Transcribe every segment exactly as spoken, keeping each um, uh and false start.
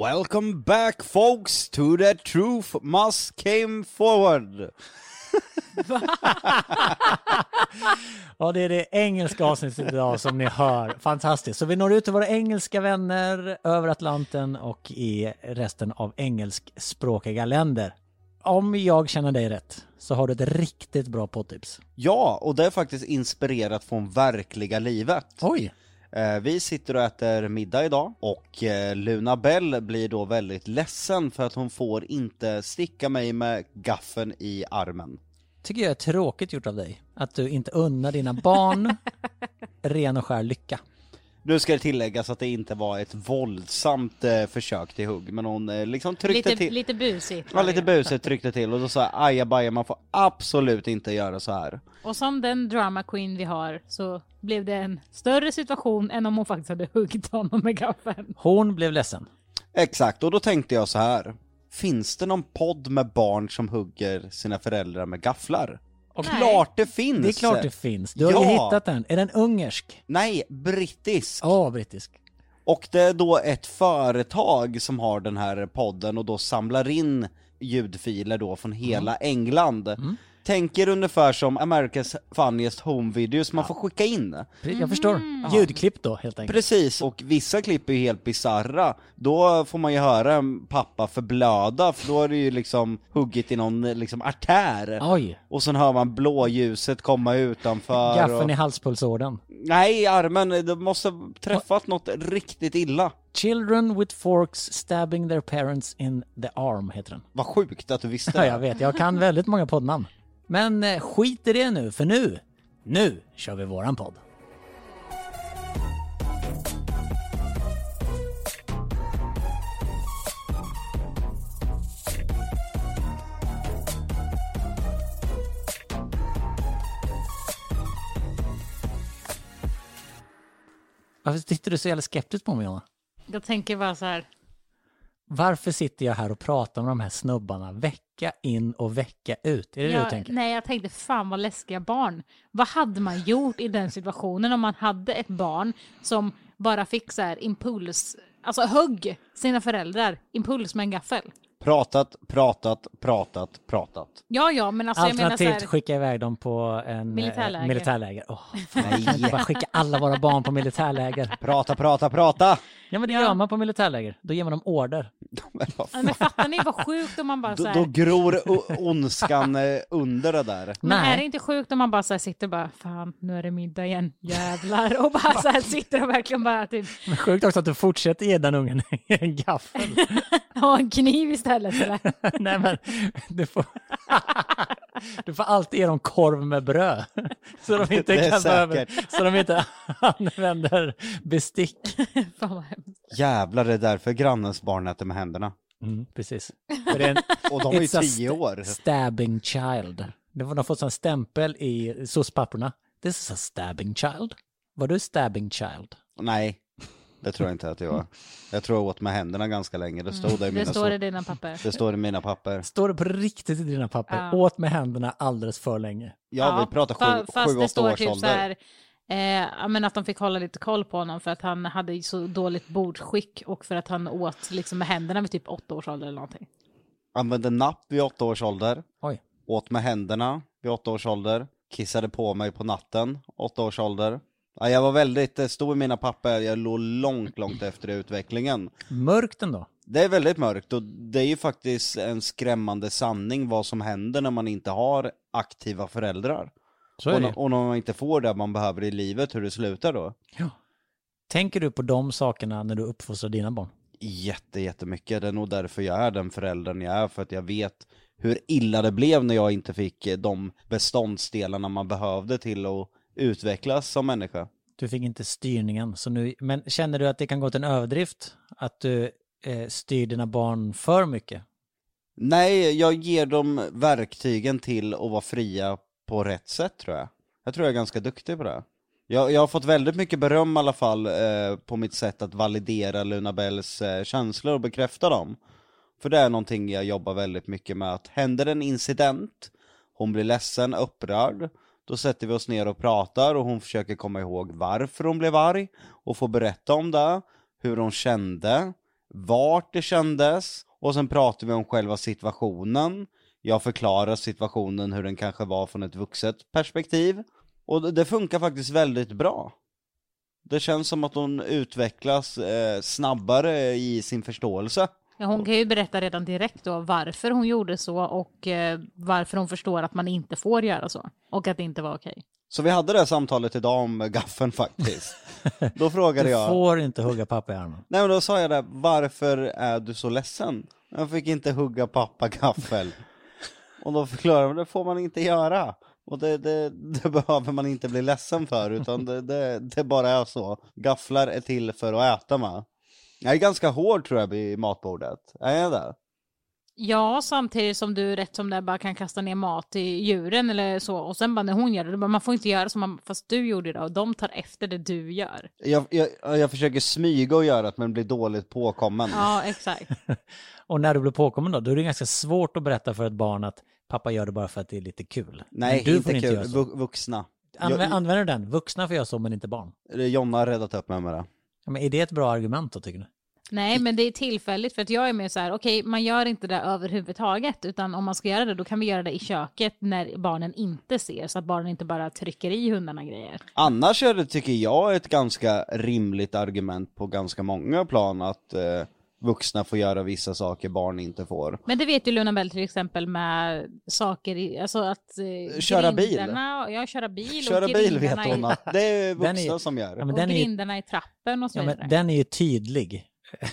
Welcome back folks to the truth must came forward. Ja, det är det engelska avsnittet idag som ni hör. Fantastiskt. Så vi når ut till våra engelska vänner över Atlanten och i resten av engelskspråkiga länder. Om jag känner dig rätt så har du ett riktigt bra poddtips. Ja, och det är faktiskt inspirerat från verkliga livet. Oj! Vi sitter och äter middag idag och Luna Bell blir då väldigt ledsen för att hon får inte sticka mig med gaffeln i armen. Tycker jag är tråkigt gjort av dig. Att du inte unnar dina barn ren och skär lycka. Nu ska det tilläggas att det inte var ett våldsamt eh, försök till hugg. Men hon eh, liksom tryckte lite, till. Lite busigt. Ja, lite busigt tryckte till. Och då sa aja baja, man får absolut inte göra så här. Och som den drama queen vi har så blev det en större situation än om hon faktiskt hade huggit honom med gaffeln. Hon blev ledsen. Exakt, och då tänkte jag så här. Finns det någon podd med barn som hugger sina föräldrar med gafflar? Och Nej. klart det finns. Det är klart det finns. Du har Ja. ju hittat den. Är den ungersk? Nej, brittisk. Ja, oh, brittisk. Och det är då ett företag som har den här podden och då samlar in ljudfiler då från hela mm. England. Mm. Tänker ungefär som America's Funniest Home Videos man får skicka in. Jag förstår. Mm. Ljudklipp då helt enkelt. Precis, och vissa klipp är ju helt bizarra. Då får man ju höra en pappa förblöda, för då är det ju liksom huggit i någon liksom artär. Oj. Och sen hör man blåljuset komma utanför. Gaffeln och... i halspulsådern. Nej, i armen. Det måste ha träffat något riktigt illa. Children with forks stabbing their parents in the arm heter den. Vad sjukt att du visste. Ja, jag vet. Jag kan väldigt många poddnamn. Men eh, skit i det nu, för nu, nu kör vi våran podd. Varför tittar du så jävla skeptiskt på mig, Jonna? Jag tänker bara så här. Varför sitter jag här och pratar med de här snubbarna vecka in och vecka ut? Är det jag, det du tänker? Nej, jag tänkte fan vad läskiga barn. Vad hade man gjort i den situationen om man hade ett barn som bara fick så här impuls, alltså högg sina föräldrar, impuls med en gaffel? Pratat, pratat, pratat, pratat. Ja, ja, men alltså jag menar så Alternativt här, skicka iväg dem på en militärläger. Eh, militärläger. Oh, nej, kan inte bara skicka alla våra barn på militärläger. Prata, prata, prata. Ja, men det Ja. gör man på militärläger. Då ger man dem order. Men, vad fan. men fattar ni vad sjukt om man bara så då, här, då gror o- ondskan eh, under det där. men Nej. är det inte sjukt om man bara så här sitter och bara, fan, nu är det middag igen, jävlar, och bara så här sitter och verkligen bara typ Men sjukt också att du fortsätter ge den ungen en gaffel. ha en kniv istället, eller? Nej, men du får... du får alltid ge dem korv med bröd. Så de inte, Det är kan behöva, säkert. så de inte använder bestick. Fan vad hemskt. Jävlar, det är därför grannens barn äter med händerna. Mm, precis. För det är en, Och de är ju it's a tio st- år. Stabbing child. De har fått en stämpel i sospapperna. This is a stabbing child. Var du stabbing child? Nej, det tror jag inte att jag var. Jag tror jag åt med händerna ganska länge. Det stod det i Det mina står så- i dina papper. Det står i mina papper. Står det på riktigt i dina papper? Ja. Åt med händerna alldeles för länge. Ja, vi pratar fa- sju, fast sju det åtta står års typ så ålder. här, eh, ja, men att de fick hålla lite koll på honom för att han hade så dåligt bordskick och för att han åt liksom med händerna vid typ åtta års ålder eller någonting. Använde napp vid åtta års ålder. Oj. Åt med händerna vid åtta års ålder. Kissade på mig på natten, åtta års ålder. Ja, jag var väldigt, det stod i mina papper, jag låg långt, långt efter i utvecklingen. Mörkt ändå. Det är väldigt mörkt och det är ju faktiskt en skrämmande sanning vad som händer när man inte har aktiva föräldrar. Så är Och, det. n- och när man inte får det man behöver i livet, hur det slutar då. Ja. Tänker du på de sakerna när du uppfostrar dina barn? Jätte, jättemycket. Det är nog därför jag är den föräldern jag är, för att jag vet hur illa det blev när jag inte fick de beståndsdelarna man behövde till att utvecklas som människa. Du fick inte styrningen. Så nu, men känner du att det kan gå till en överdrift? Att du eh, styr dina barn för mycket? Nej, jag ger dem verktygen till att vara fria på rätt sätt, tror jag. Jag tror jag är ganska duktig på det. Jag, jag har fått väldigt mycket beröm i alla fall eh, på mitt sätt att validera Luna Bells eh, känslor och bekräfta dem. För det är någonting jag jobbar väldigt mycket med. Att händer en incident, hon blir ledsen, upprörd, då sätter vi oss ner och pratar och hon försöker komma ihåg varför hon blev arg och få berätta om det, hur hon kände, vart det kändes. Och sen pratar vi om själva situationen. Jag förklarar situationen hur den kanske var från ett vuxet perspektiv. Och det funkar faktiskt väldigt bra. Det känns som att hon utvecklas eh, snabbare i sin förståelse. Ja, hon kan ju berätta redan direkt då varför hon gjorde så och eh, varför hon förstår att man inte får göra så. Och att det inte var okej. Så vi hade det här samtalet idag om gaffeln faktiskt. Då frågade Du jag... får inte hugga pappa i armen. Nej, men då sa jag det, varför är du så ledsen? Jag fick inte hugga pappa gaffel. Och då förklarade jag, det får man inte göra. Och det, det, det behöver man inte bli ledsen för, utan det, det, det bara är så. Gafflar är till för att äta med. Jag är ganska hård tror jag vid matbordet. Är jag det? Ja, samtidigt som du rätt som det bara kan kasta ner mat i djuren eller så. Och sen bara när hon gör det, bara, man får inte göra som man, fast du gjorde det. Och de tar efter det du gör. Jag, jag, jag försöker smyga och göra det, men blir dåligt påkommen. Ja, exakt. Och när du blir påkommen då, då är det ganska svårt att berätta för ett barn att pappa gör det bara för att det är lite kul. Nej, men du inte får inte kul. göra så. Vu- vuxna. Anv- Jag- använder du den? Vuxna får göra så, men inte barn. Jonna har räddat upp mig med det. Ja, men är det ett bra argument då, tycker du? Nej, men det är tillfälligt för att jag är mer så här, okej, okay, man gör inte det överhuvudtaget, utan om man ska göra det, då kan vi göra det i köket när barnen inte ser, så att barnen inte bara trycker i hundarna grejer. Annars är det, tycker jag, ett ganska rimligt argument på ganska många plan att eh, vuxna får göra vissa saker barn inte får. Men det vet ju Luna Bell till exempel med saker, i, alltså att eh, Köra bil. grindarna, ja, köra bil Köra och bil vet grindarna hon i, att det är vuxna Den är- som gör. Ja, men och den är ju, grindarna i trappen och så ja, vidare. men den är ju tydlig.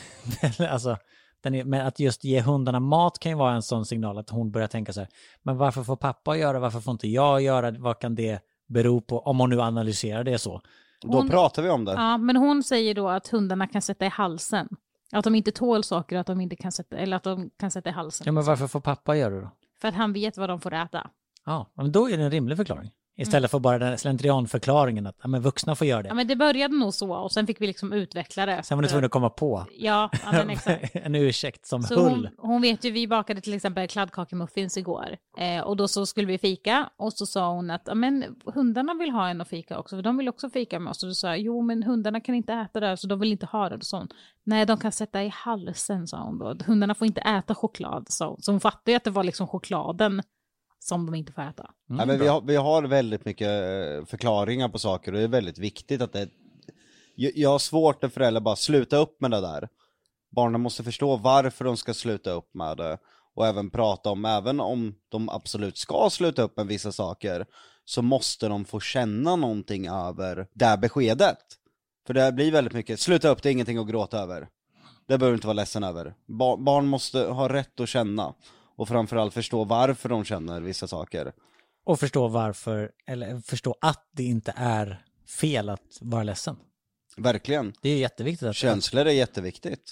alltså, den är, men att just ge hundarna mat kan ju vara en sån signal att hon börjar tänka så här, men varför får pappa göra, varför får inte jag göra, vad kan det bero på, om hon nu analyserar det så. Då Hon- pratar vi om det. Ja, men hon säger då att hundarna kan sätta i halsen. Att de inte tål saker, att de inte kan sätta, eller att de kan sätta i halsen. Ja, men varför får pappa göra det då? För att han vet vad de får äta. Ja, men då är det en rimlig förklaring. Istället för bara den slentrianförklaringen att ja, men vuxna får göra det. Ja, men det började nog så och sen fick vi liksom utveckla det. Sen var du tvungen att komma på Ja, ja men exakt. en ursäkt som Så hull. hon, hon vet ju, vi bakade till exempel kladdkakemuffins igår. Eh, och då så skulle vi fika och så sa hon att ja, men hundarna vill ha en att fika också, för de vill också fika med oss. Och då sa jag, jo men hundarna kan inte äta det så de vill inte ha det. Och så, nej, de kan sätta i halsen, sa hon då. Hundarna får inte äta choklad, sa hon. Så hon fattade ju att det var liksom chokladen som de inte får äta. Mm, Ja, men vi, bra. har, vi har väldigt mycket eh, förklaringar på saker och det är väldigt viktigt att det... Jag, jag har svårt att föräldrar bara sluta upp med det där. Barnen måste förstå varför de ska sluta upp med det. Och även prata om, även om de absolut ska sluta upp med vissa saker, så måste de få känna någonting över det här beskedet. För det blir väldigt mycket, sluta upp, det är ingenting att gråta över. Det behöver du inte vara ledsen över. Ba- barn måste ha rätt att känna. Och framförallt förstå varför de känner vissa saker. Och förstå varför, eller förstå att det inte är fel att vara ledsen. Verkligen. Det är jätteviktigt. Att Känslor är jätteviktigt.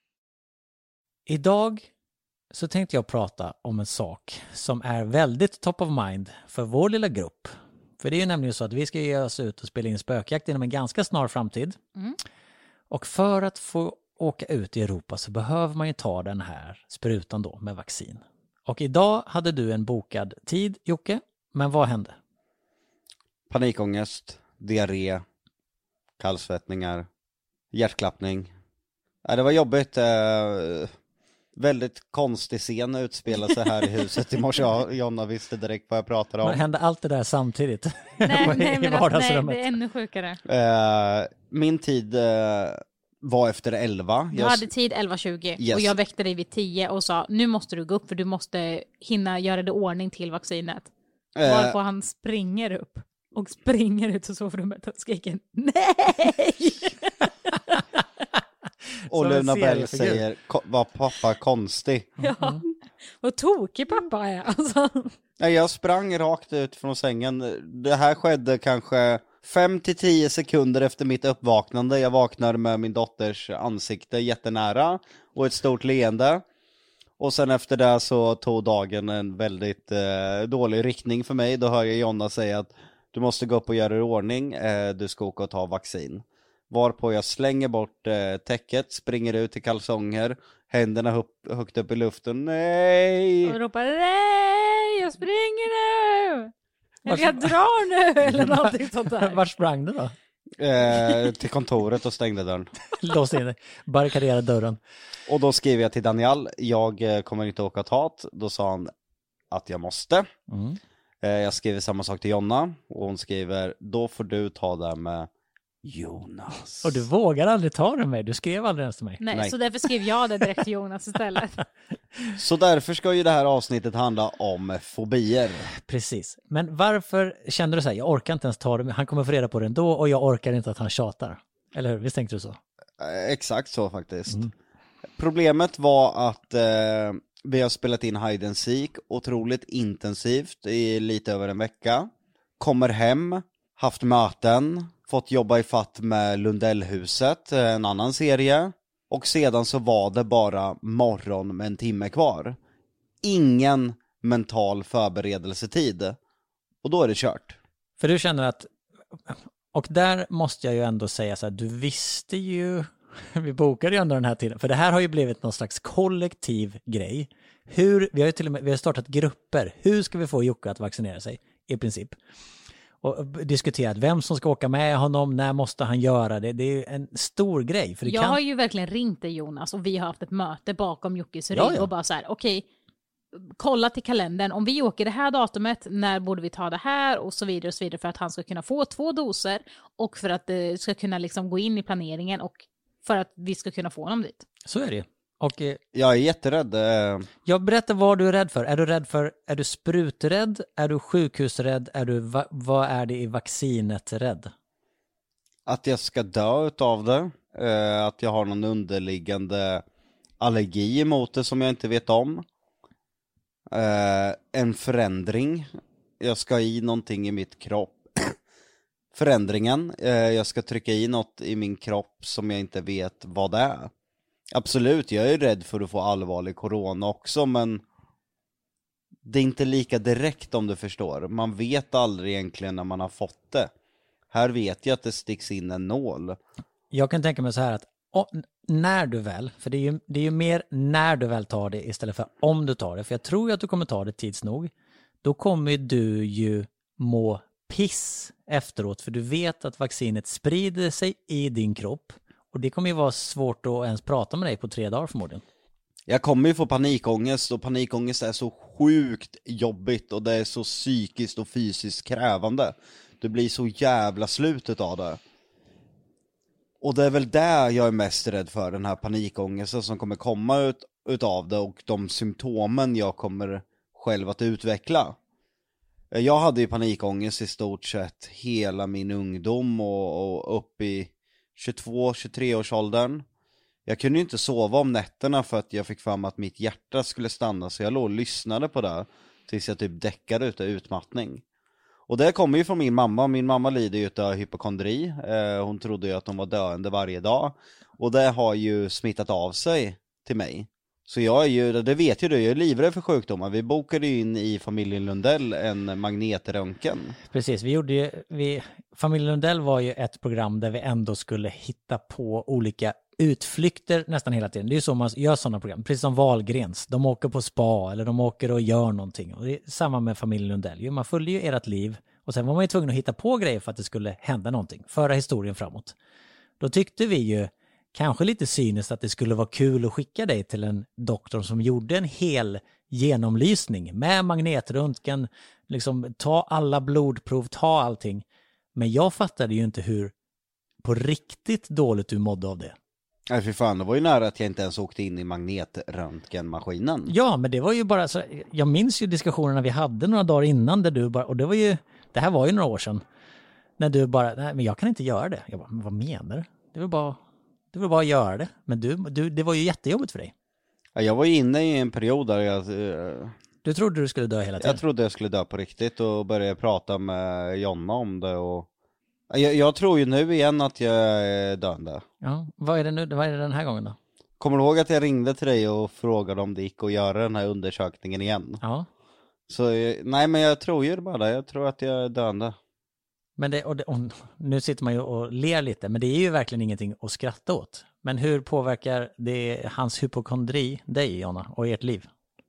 Idag så tänkte jag prata om en sak som är väldigt top of mind för vår lilla grupp. För det är ju nämligen så att vi ska ge oss ut och spela in spökjakt inom en ganska snar framtid. Mm. Och för att få åka ut i Europa så behöver man ju ta den här sprutan då med vaccin. Och idag hade du en bokad tid, Jocke, men vad hände? Panikångest, diarré, kallsvettningar, hjärtklappning. Ja, det var jobbigt. Eh, väldigt konstig scen utspelade sig här i huset i morse. Ja, Jonna visste direkt vad jag pratade om. Men hände allt det där samtidigt? Nej, nej, I men att, nej, vardagsrummet? det är ännu sjukare. Eh, min tid eh, var efter elva. Du Jag- hade tid elva tjugo Yes. och jag väckte dig vid tio och sa, nu måste du gå upp för du måste hinna göra det ordning till vaccinet. eh, Varpå han springer upp och springer ut ur sovrummet och skriker nej! och Som en Luna Bell seriefigur. säger, "Ko- var pappa konstig?" Ja, vad tokig pappa är alltså. Nej, jag sprang rakt ut från sängen. Det här skedde kanske fem till tio sekunder efter mitt uppvaknande. Jag vaknar med min dotters ansikte jättenära och ett stort leende. Och sen efter det så tog dagen en väldigt eh, dålig riktning för mig. Då hör jag Jonna säga att du måste gå upp och göra i ordning. Eh, du ska åka och ta vaccin. Varpå jag slänger bort eh, täcket, springer ut i kalsonger, händerna upp, högt upp i luften. Nej! Och ropar nej, jag springer nu! Eller jag Vars- drar nu! Eller någonting sånt där. Vart sprang du då? eh, till kontoret och stängde dörren. Lås in dig, barrikadera dörren. Och då skrev jag till Daniel, jag eh, kommer inte åka tat. Då sa han att jag måste. Mm. Eh, jag skriver samma sak till Jonna. Och hon skriver, då får du ta det med Jonas. Och du vågar aldrig ta det med, du skrev aldrig ens till mig. Nej, Nej. så därför skrev jag det direkt till Jonas istället. Så därför ska ju det här avsnittet handla om fobier. Precis. Men varför kände du så här, jag orkar inte ens ta det med, han kommer få reda på det ändå och jag orkar inte att han tjatar. Eller hur? Visst tänkte du så? Eh, exakt så faktiskt. Mm. Problemet var att eh, vi har spelat in Hide and Seek otroligt intensivt i lite över en vecka. Kommer hem, haft möten, fått jobba i fatt med Lundellhuset, en annan serie. Och sedan så var det bara morgon med en timme kvar. Ingen mental förberedelsetid. Och då är det kört. För du känner att, och där måste jag ju ändå säga så här, du visste ju, vi bokade ju ändå den här tiden, för det här har ju blivit någon slags kollektiv grej. Hur, vi har ju till och med vi har startat grupper, hur ska vi få Jocke att vaccinera sig i princip? Och diskuterat vem som ska åka med honom, när måste han göra det. Det är ju en stor grej. För det Jag kan... har ju verkligen ringt dig Jonas och vi har haft ett möte bakom Jockes rygg Ja, ja. och bara så här, okej, kolla till kalendern, om vi åker det här datumet, när borde vi ta det här och så vidare och så vidare för att han ska kunna få två doser och för att det ska kunna liksom gå in i planeringen och för att vi ska kunna få honom dit. Så är det ju. Och eh, Jag är jätterädd. Eh, jag berättar vad du är rädd för. Är du rädd för, är du spruträdd? Är du sjukhusrädd? Är du, va, vad är det i vaccinet rädd? att jag ska dö utav det. Eh, att jag har någon underliggande allergi emot det som jag inte vet om. Eh, en förändring. Jag ska i någonting i mitt kropp. Förändringen. Eh, jag ska trycka i något i min kropp som jag inte vet vad det är. Absolut, jag är rädd för att få allvarlig corona också, men det är inte lika direkt om du förstår. Man vet aldrig egentligen när man har fått det. Här vet jag att det sticks in en nål. Jag kan tänka mig så här att o- när du väl, för det är, ju, det är ju mer när du väl tar det istället för om du tar det, för jag tror ju att du kommer ta det tids nog, då kommer du ju må piss efteråt, för du vet att vaccinet sprider sig i din kropp och det kommer ju vara svårt att ens prata med dig på tre dagar förmodligen. Jag kommer ju få panikångest, och panikångest är så sjukt jobbigt och det är så psykiskt och fysiskt krävande. Du blir så jävla slutet av det. Och det är väl där jag är mest rädd för, den här panikångesten som kommer komma ut utav det och de symptomen jag kommer själv att utveckla. Jag hade ju panikångest i stort sett hela min ungdom och, och upp i tjugotvå till tjugotre års åldern. Jag kunde ju inte sova om nätterna för att jag fick fram att mitt hjärta skulle stanna, så jag låg och lyssnade på det tills jag typ däckade utav utmattning. Och det kommer ju från min mamma. Min mamma lider ju utav hypokondri. Eh, hon trodde ju att hon var döende varje dag. Och det har ju smittat av sig till mig. Så jag är ju, det vet ju du, jag är livrädd för sjukdomar. Vi bokade ju in i familjen Lundell en magnetröntgen. Precis, vi gjorde ju, vi, familjen Lundell var ju ett program där vi ändå skulle hitta på olika utflykter nästan hela tiden. Det är ju så man gör sådana program, precis som Wahlgrens. De åker på spa eller de åker och gör någonting. Och det är samma med familjen Lundell. Man följer ju ert liv och sen var man ju tvungen att hitta på grejer för att det skulle hända någonting. Föra historien framåt. Då tyckte vi ju kanske lite cyniskt att det skulle vara kul att skicka dig till en doktor som gjorde en hel genomlysning med magnetröntgen, liksom ta alla blodprov, ta allting. Men jag fattade ju inte hur på riktigt dåligt du mådde av det. Nej för fan, det var ju nära att jag inte ens åkte in i magnetröntgenmaskinen. Ja, men det var ju bara så, jag minns ju diskussionerna vi hade några dagar innan där du bara, och det var ju, det här var ju några år sedan, när du bara, nej men jag kan inte göra det. Jag bara, men vad menar du? Det var bara, det var bara att göra det. Men du, du, det var ju jättejobbigt för dig. Ja, jag var ju inne i en period där jag... Eh, Du trodde du skulle dö hela tiden? jag trodde jag skulle dö på riktigt och började prata med Jonna om det och... Jag, jag tror ju nu igen att jag är döende. Ja, vad är det nu? Vad är det den här gången då? Kommer du ihåg att jag ringde till dig och frågade om det gick att göra den här undersökningen igen? Ja. Så nej, men jag tror ju bara det. Jag tror att jag är döende. Men det, och det, och nu sitter man ju och ler lite, men det är ju verkligen ingenting att skratta åt. Men hur påverkar det hans hypokondri dig, Jonna, och ert liv?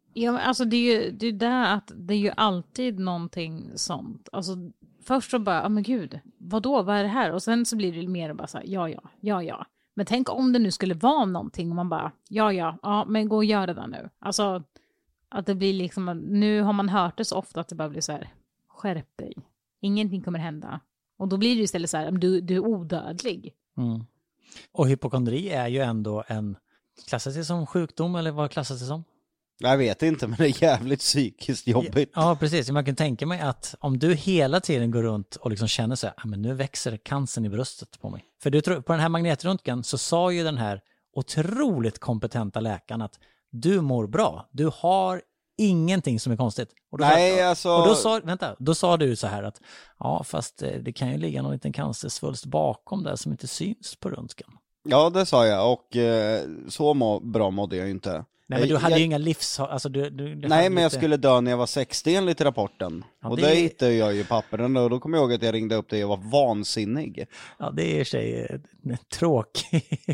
Ja, men alltså det är ju det är där att det är ju alltid någonting sånt. Alltså först så bara, ja men gud, vadå, vad är det här? Och sen så blir det mer bara så här, ja, ja, ja, ja. Men tänk om det nu skulle vara någonting och man bara, ja, ja, ja, men gå och gör det där nu. Alltså att det blir liksom, nu har man hört det så ofta att det bara blir så här, skärp dig. Ingenting kommer hända. Och då blir det istället så här, du, du är odödlig. Mm. Och hypokondri är ju ändå en, klassas det som sjukdom eller vad klassas det som? Jag vet inte, men det är jävligt psykiskt jobbigt. Ja, precis. Man kan tänka mig att om du hela tiden går runt och liksom känner så här, ah, men nu växer cancern i bröstet på mig. För du tror, på den här magnetröntgen så sa ju den här otroligt kompetenta läkaren att du mår bra. Du har ingenting som är konstigt. Och då, Nej, alltså... och då sa, vänta, då sa du så här att ja, fast det kan ju ligga någon liten cancersvulst bakom där som inte syns på röntgen. Ja, det sa jag, och eh, så må, bra mådde jag ju inte. Nej, men du hade jag, ju inga livs... Alltså, du, du, du nej, men lite... jag skulle dö när jag var sextio enligt rapporten. Ja, och det... det hittade jag ju pappren, och då kom jag ihåg att jag ringde upp dig och var vansinnig. Ja, det är i sig tråkigt.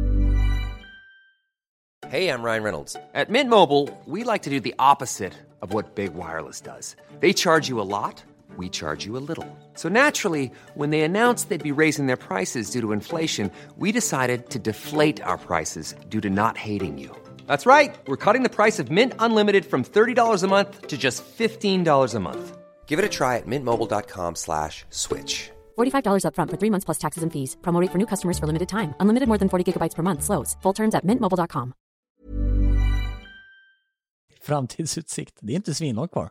Hey, I'm Ryan Reynolds. At Mint Mobile, we like to do the opposite of what Big Wireless does. They charge you a lot, we charge you a little. So naturally, when they announced they'd be raising their prices due to inflation, we decided to deflate our prices due to not hating you. That's right. We're cutting the price of Mint Unlimited from thirty dollars a month to just fifteen dollars a month. Give it a try at mintmobile.com slash switch. forty-five dollars up front for three months plus taxes and fees. Promo rate for new customers for limited time. Unlimited more than forty gigabytes per month. Slows full terms at mint mobile dot com. Framtidsutsikt. Det är inte svinlångt kvar.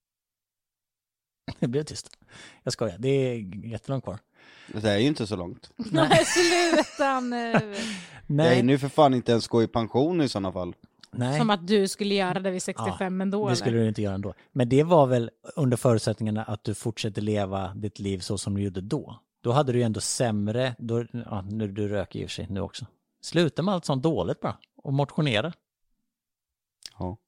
Det blir tyst. Jag skojar. Det är jättelångt kvar. Det är ju inte så långt. Nej, sluta nu. Nej. Jag är nu för fan inte ens gå i pension i sådana fall. Nej. Som att du skulle göra det vid sextiofem ja, ändå. Det eller? skulle du inte göra ändå. Men det var väl under förutsättningarna att du fortsätter leva ditt liv så som du gjorde då. Då hade du ju ändå sämre, då, ja, nu du röker i och för sig nu också. Sluta med allt sånt dåligt bara och motionera. Ja.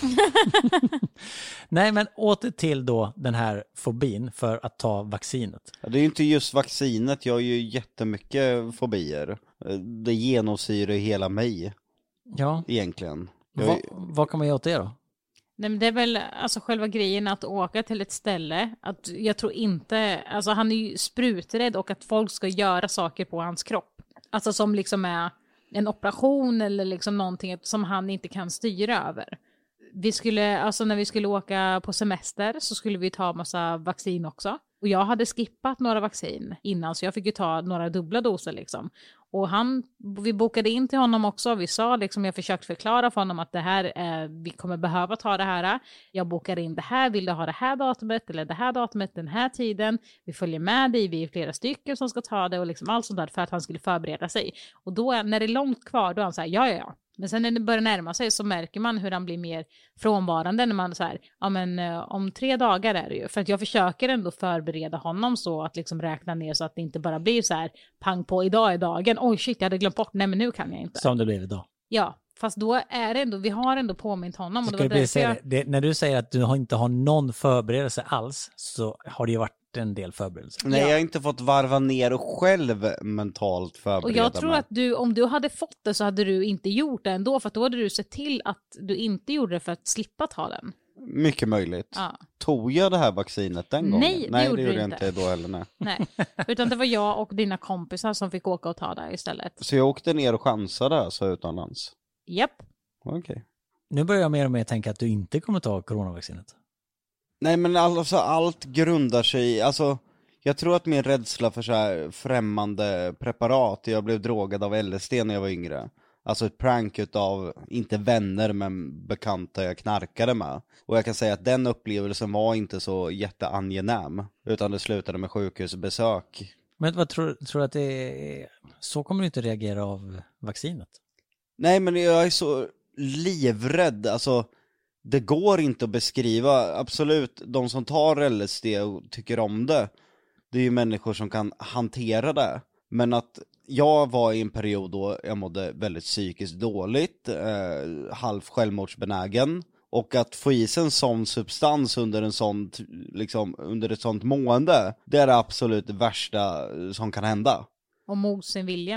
Nej, men åter till då den här fobin för att ta vaccinet. Ja, det är ju inte just vaccinet, jag har ju jättemycket fobier. Det genomsyrar hela mig. Ja. Egentligen. Jag... Va, vad kan man göra åt det då? Nej, men det är väl alltså själva grejen att åka till ett ställe. Att jag tror inte, alltså han är ju spruträdd och att folk ska göra saker på hans kropp. Alltså som liksom är en operation eller liksom någonting som han inte kan styra över. Vi skulle, alltså när vi skulle åka på semester så skulle vi ta massa vaccin också. Och jag hade skippat några vaccin innan så jag fick ju ta några dubbla doser liksom. Och han, vi bokade in till honom också. Vi sa liksom, jag försökte förklara för honom att det här är, vi kommer behöva ta det här. Jag bokar in det här, vill du ha det här datumet eller det här datumet den här tiden. Vi följer med dig, vi är flera stycken som ska ta det och liksom allt sånt där för att han skulle förbereda sig. Och då när det är långt kvar då är han så här, ja ja ja. Men sen när det börjar närma sig så märker man hur han blir mer frånvarande när man så här, ja men om tre dagar är det ju. För att jag försöker ändå förbereda honom så att liksom räkna ner så att det inte bara blir så här, pang på idag är dagen. Oj shit, jag hade glömt bort, nej men nu kan jag inte. Som det blev idag. Ja, fast då är det ändå, vi har ändå påmint honom. Och Ska det var det säga jag... det, när du säger att du inte har någon förberedelse alls så har det ju varit en del förberedelse. Nej, Ja. jag har inte fått varva ner och själv mentalt förbereda Och jag tror mig. att du, om du hade fått det så hade du inte gjort det ändå. För att då hade du sett till att du inte gjorde det för att slippa ta den. Mycket möjligt. Ja. Tog jag det här vaccinet den gången? Nej, det nej gjorde det gjorde du jag inte. inte då heller. Nej. Nej, utan det var jag och dina kompisar som fick åka och ta det istället. Så jag åkte ner och chansade alltså utomlands? Japp. Okej. Okay. Nu börjar jag mer och mer tänka att du inte kommer ta coronavaccinet. Nej, men alltså allt grundar sig, alltså jag tror att min rädsla för så här främmande preparat, jag blev drogad av L S D när jag var yngre. Alltså ett prank utav, inte vänner men bekanta jag knarkade med. Och jag kan säga att den upplevelsen var inte så jätteangenäm, utan det slutade med sjukhusbesök. Men vad tror, tror du att det är? Så kommer du inte reagera av vaccinet? Nej, men jag är så livrädd, alltså det går inte att beskriva. Absolut, de som tar L S D och tycker om det, det är ju människor som kan hantera det. Men att jag var i en period då jag mådde väldigt psykiskt dåligt, eh, halv självmordsbenägen. Och att få i sig en sån substans under en sån, liksom, under ett sånt mående, det är det absolut värsta som kan hända. Och mot sin vilja med.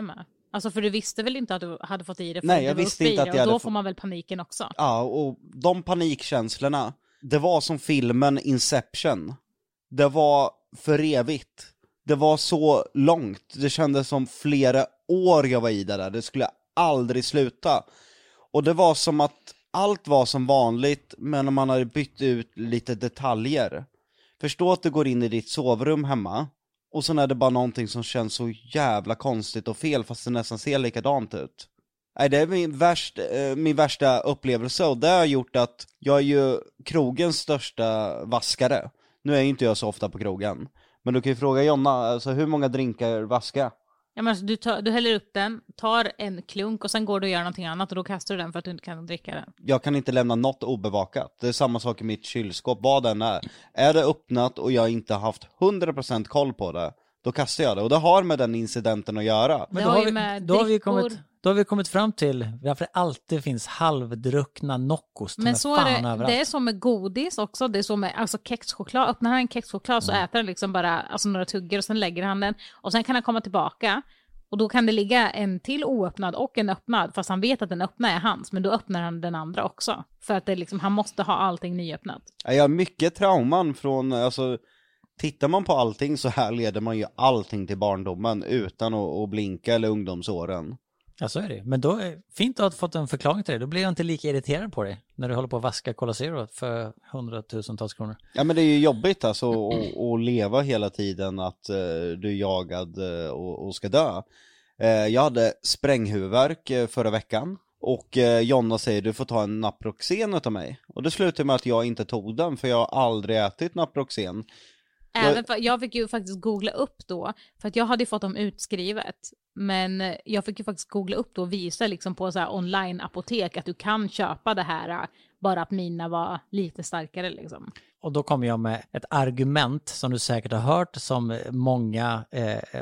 Alltså för du visste väl inte att du hade fått i det? För Nej, du jag var visste uppe i inte det, att jag och då hade får fått- man väl paniken också. Ja, och de panikkänslorna, det var som filmen Inception. Det var för evigt. Det var så långt. Det kändes som flera år jag var i det där. Det skulle aldrig sluta. Och det var som att allt var som vanligt, men man hade bytt ut lite detaljer. Förstå att du går in i ditt sovrum hemma, och sen är det bara någonting som känns så jävla konstigt och fel, fast det nästan ser likadant ut. Nej, det är min, värst, eh, min värsta upplevelse, och det har gjort att jag är ju krogens största vaskare. Nu är ju inte jag så ofta på krogen. Men du kan ju fråga Jonna, alltså hur många drinkar vaska? Ja, men alltså, du, tar, du häller upp den, tar en klunk och sen går du och gör någonting annat och då kastar du den för att du inte kan dricka den. Jag kan inte lämna något obevakat. Det är samma sak i mitt kylskåp, vad den är. Är det öppnat och jag inte haft hundra procent koll på det, då kastar jag det. Och det har med den incidenten att göra. Men Det då har har, ju vi, med då, har vi drickor- kommit, då har vi kommit fram till varför det alltid finns halvdruckna Noccos. Men så är fan det, överallt. det är som med godis också, det är så med alltså kexchoklad. Öppnar han en kexchoklad så Mm. äter han liksom bara alltså, några tuggor och sen lägger han den. Och sen kan han komma tillbaka och då kan det ligga en till oöppnad och en öppnad, fast han vet att den öppna är hans, men då öppnar han den andra också. För att det liksom, han måste ha allting nyöppnat. Jag har mycket trauman från, alltså, tittar man på allting så här leder man ju allting till barndomen utan att, att blinka, eller ungdomsåren. Ja, så är det. Men då är fint att ha fått en förklaring till det. Då blir jag inte lika irriterad på dig när du håller på att vaska Cola Zero för hundratusentals kronor. Ja, men det är ju jobbigt alltså att, att leva hela tiden att uh, du är jagad uh, och, och ska dö. Uh, jag hade spränghuvudvärk uh, förra veckan. Och uh, Jonna säger du får ta en Naproxen utav mig. Och det slutade med att jag inte tog den, för jag har aldrig ätit Naproxen. Även för, jag fick ju faktiskt googla upp då, för att jag hade ju fått dem utskrivet. Men jag fick ju faktiskt googla upp då och visa liksom på så här online-apotek att du kan köpa det här, bara att mina var lite starkare liksom. Och då kommer jag med ett argument som du säkert har hört, som många eh,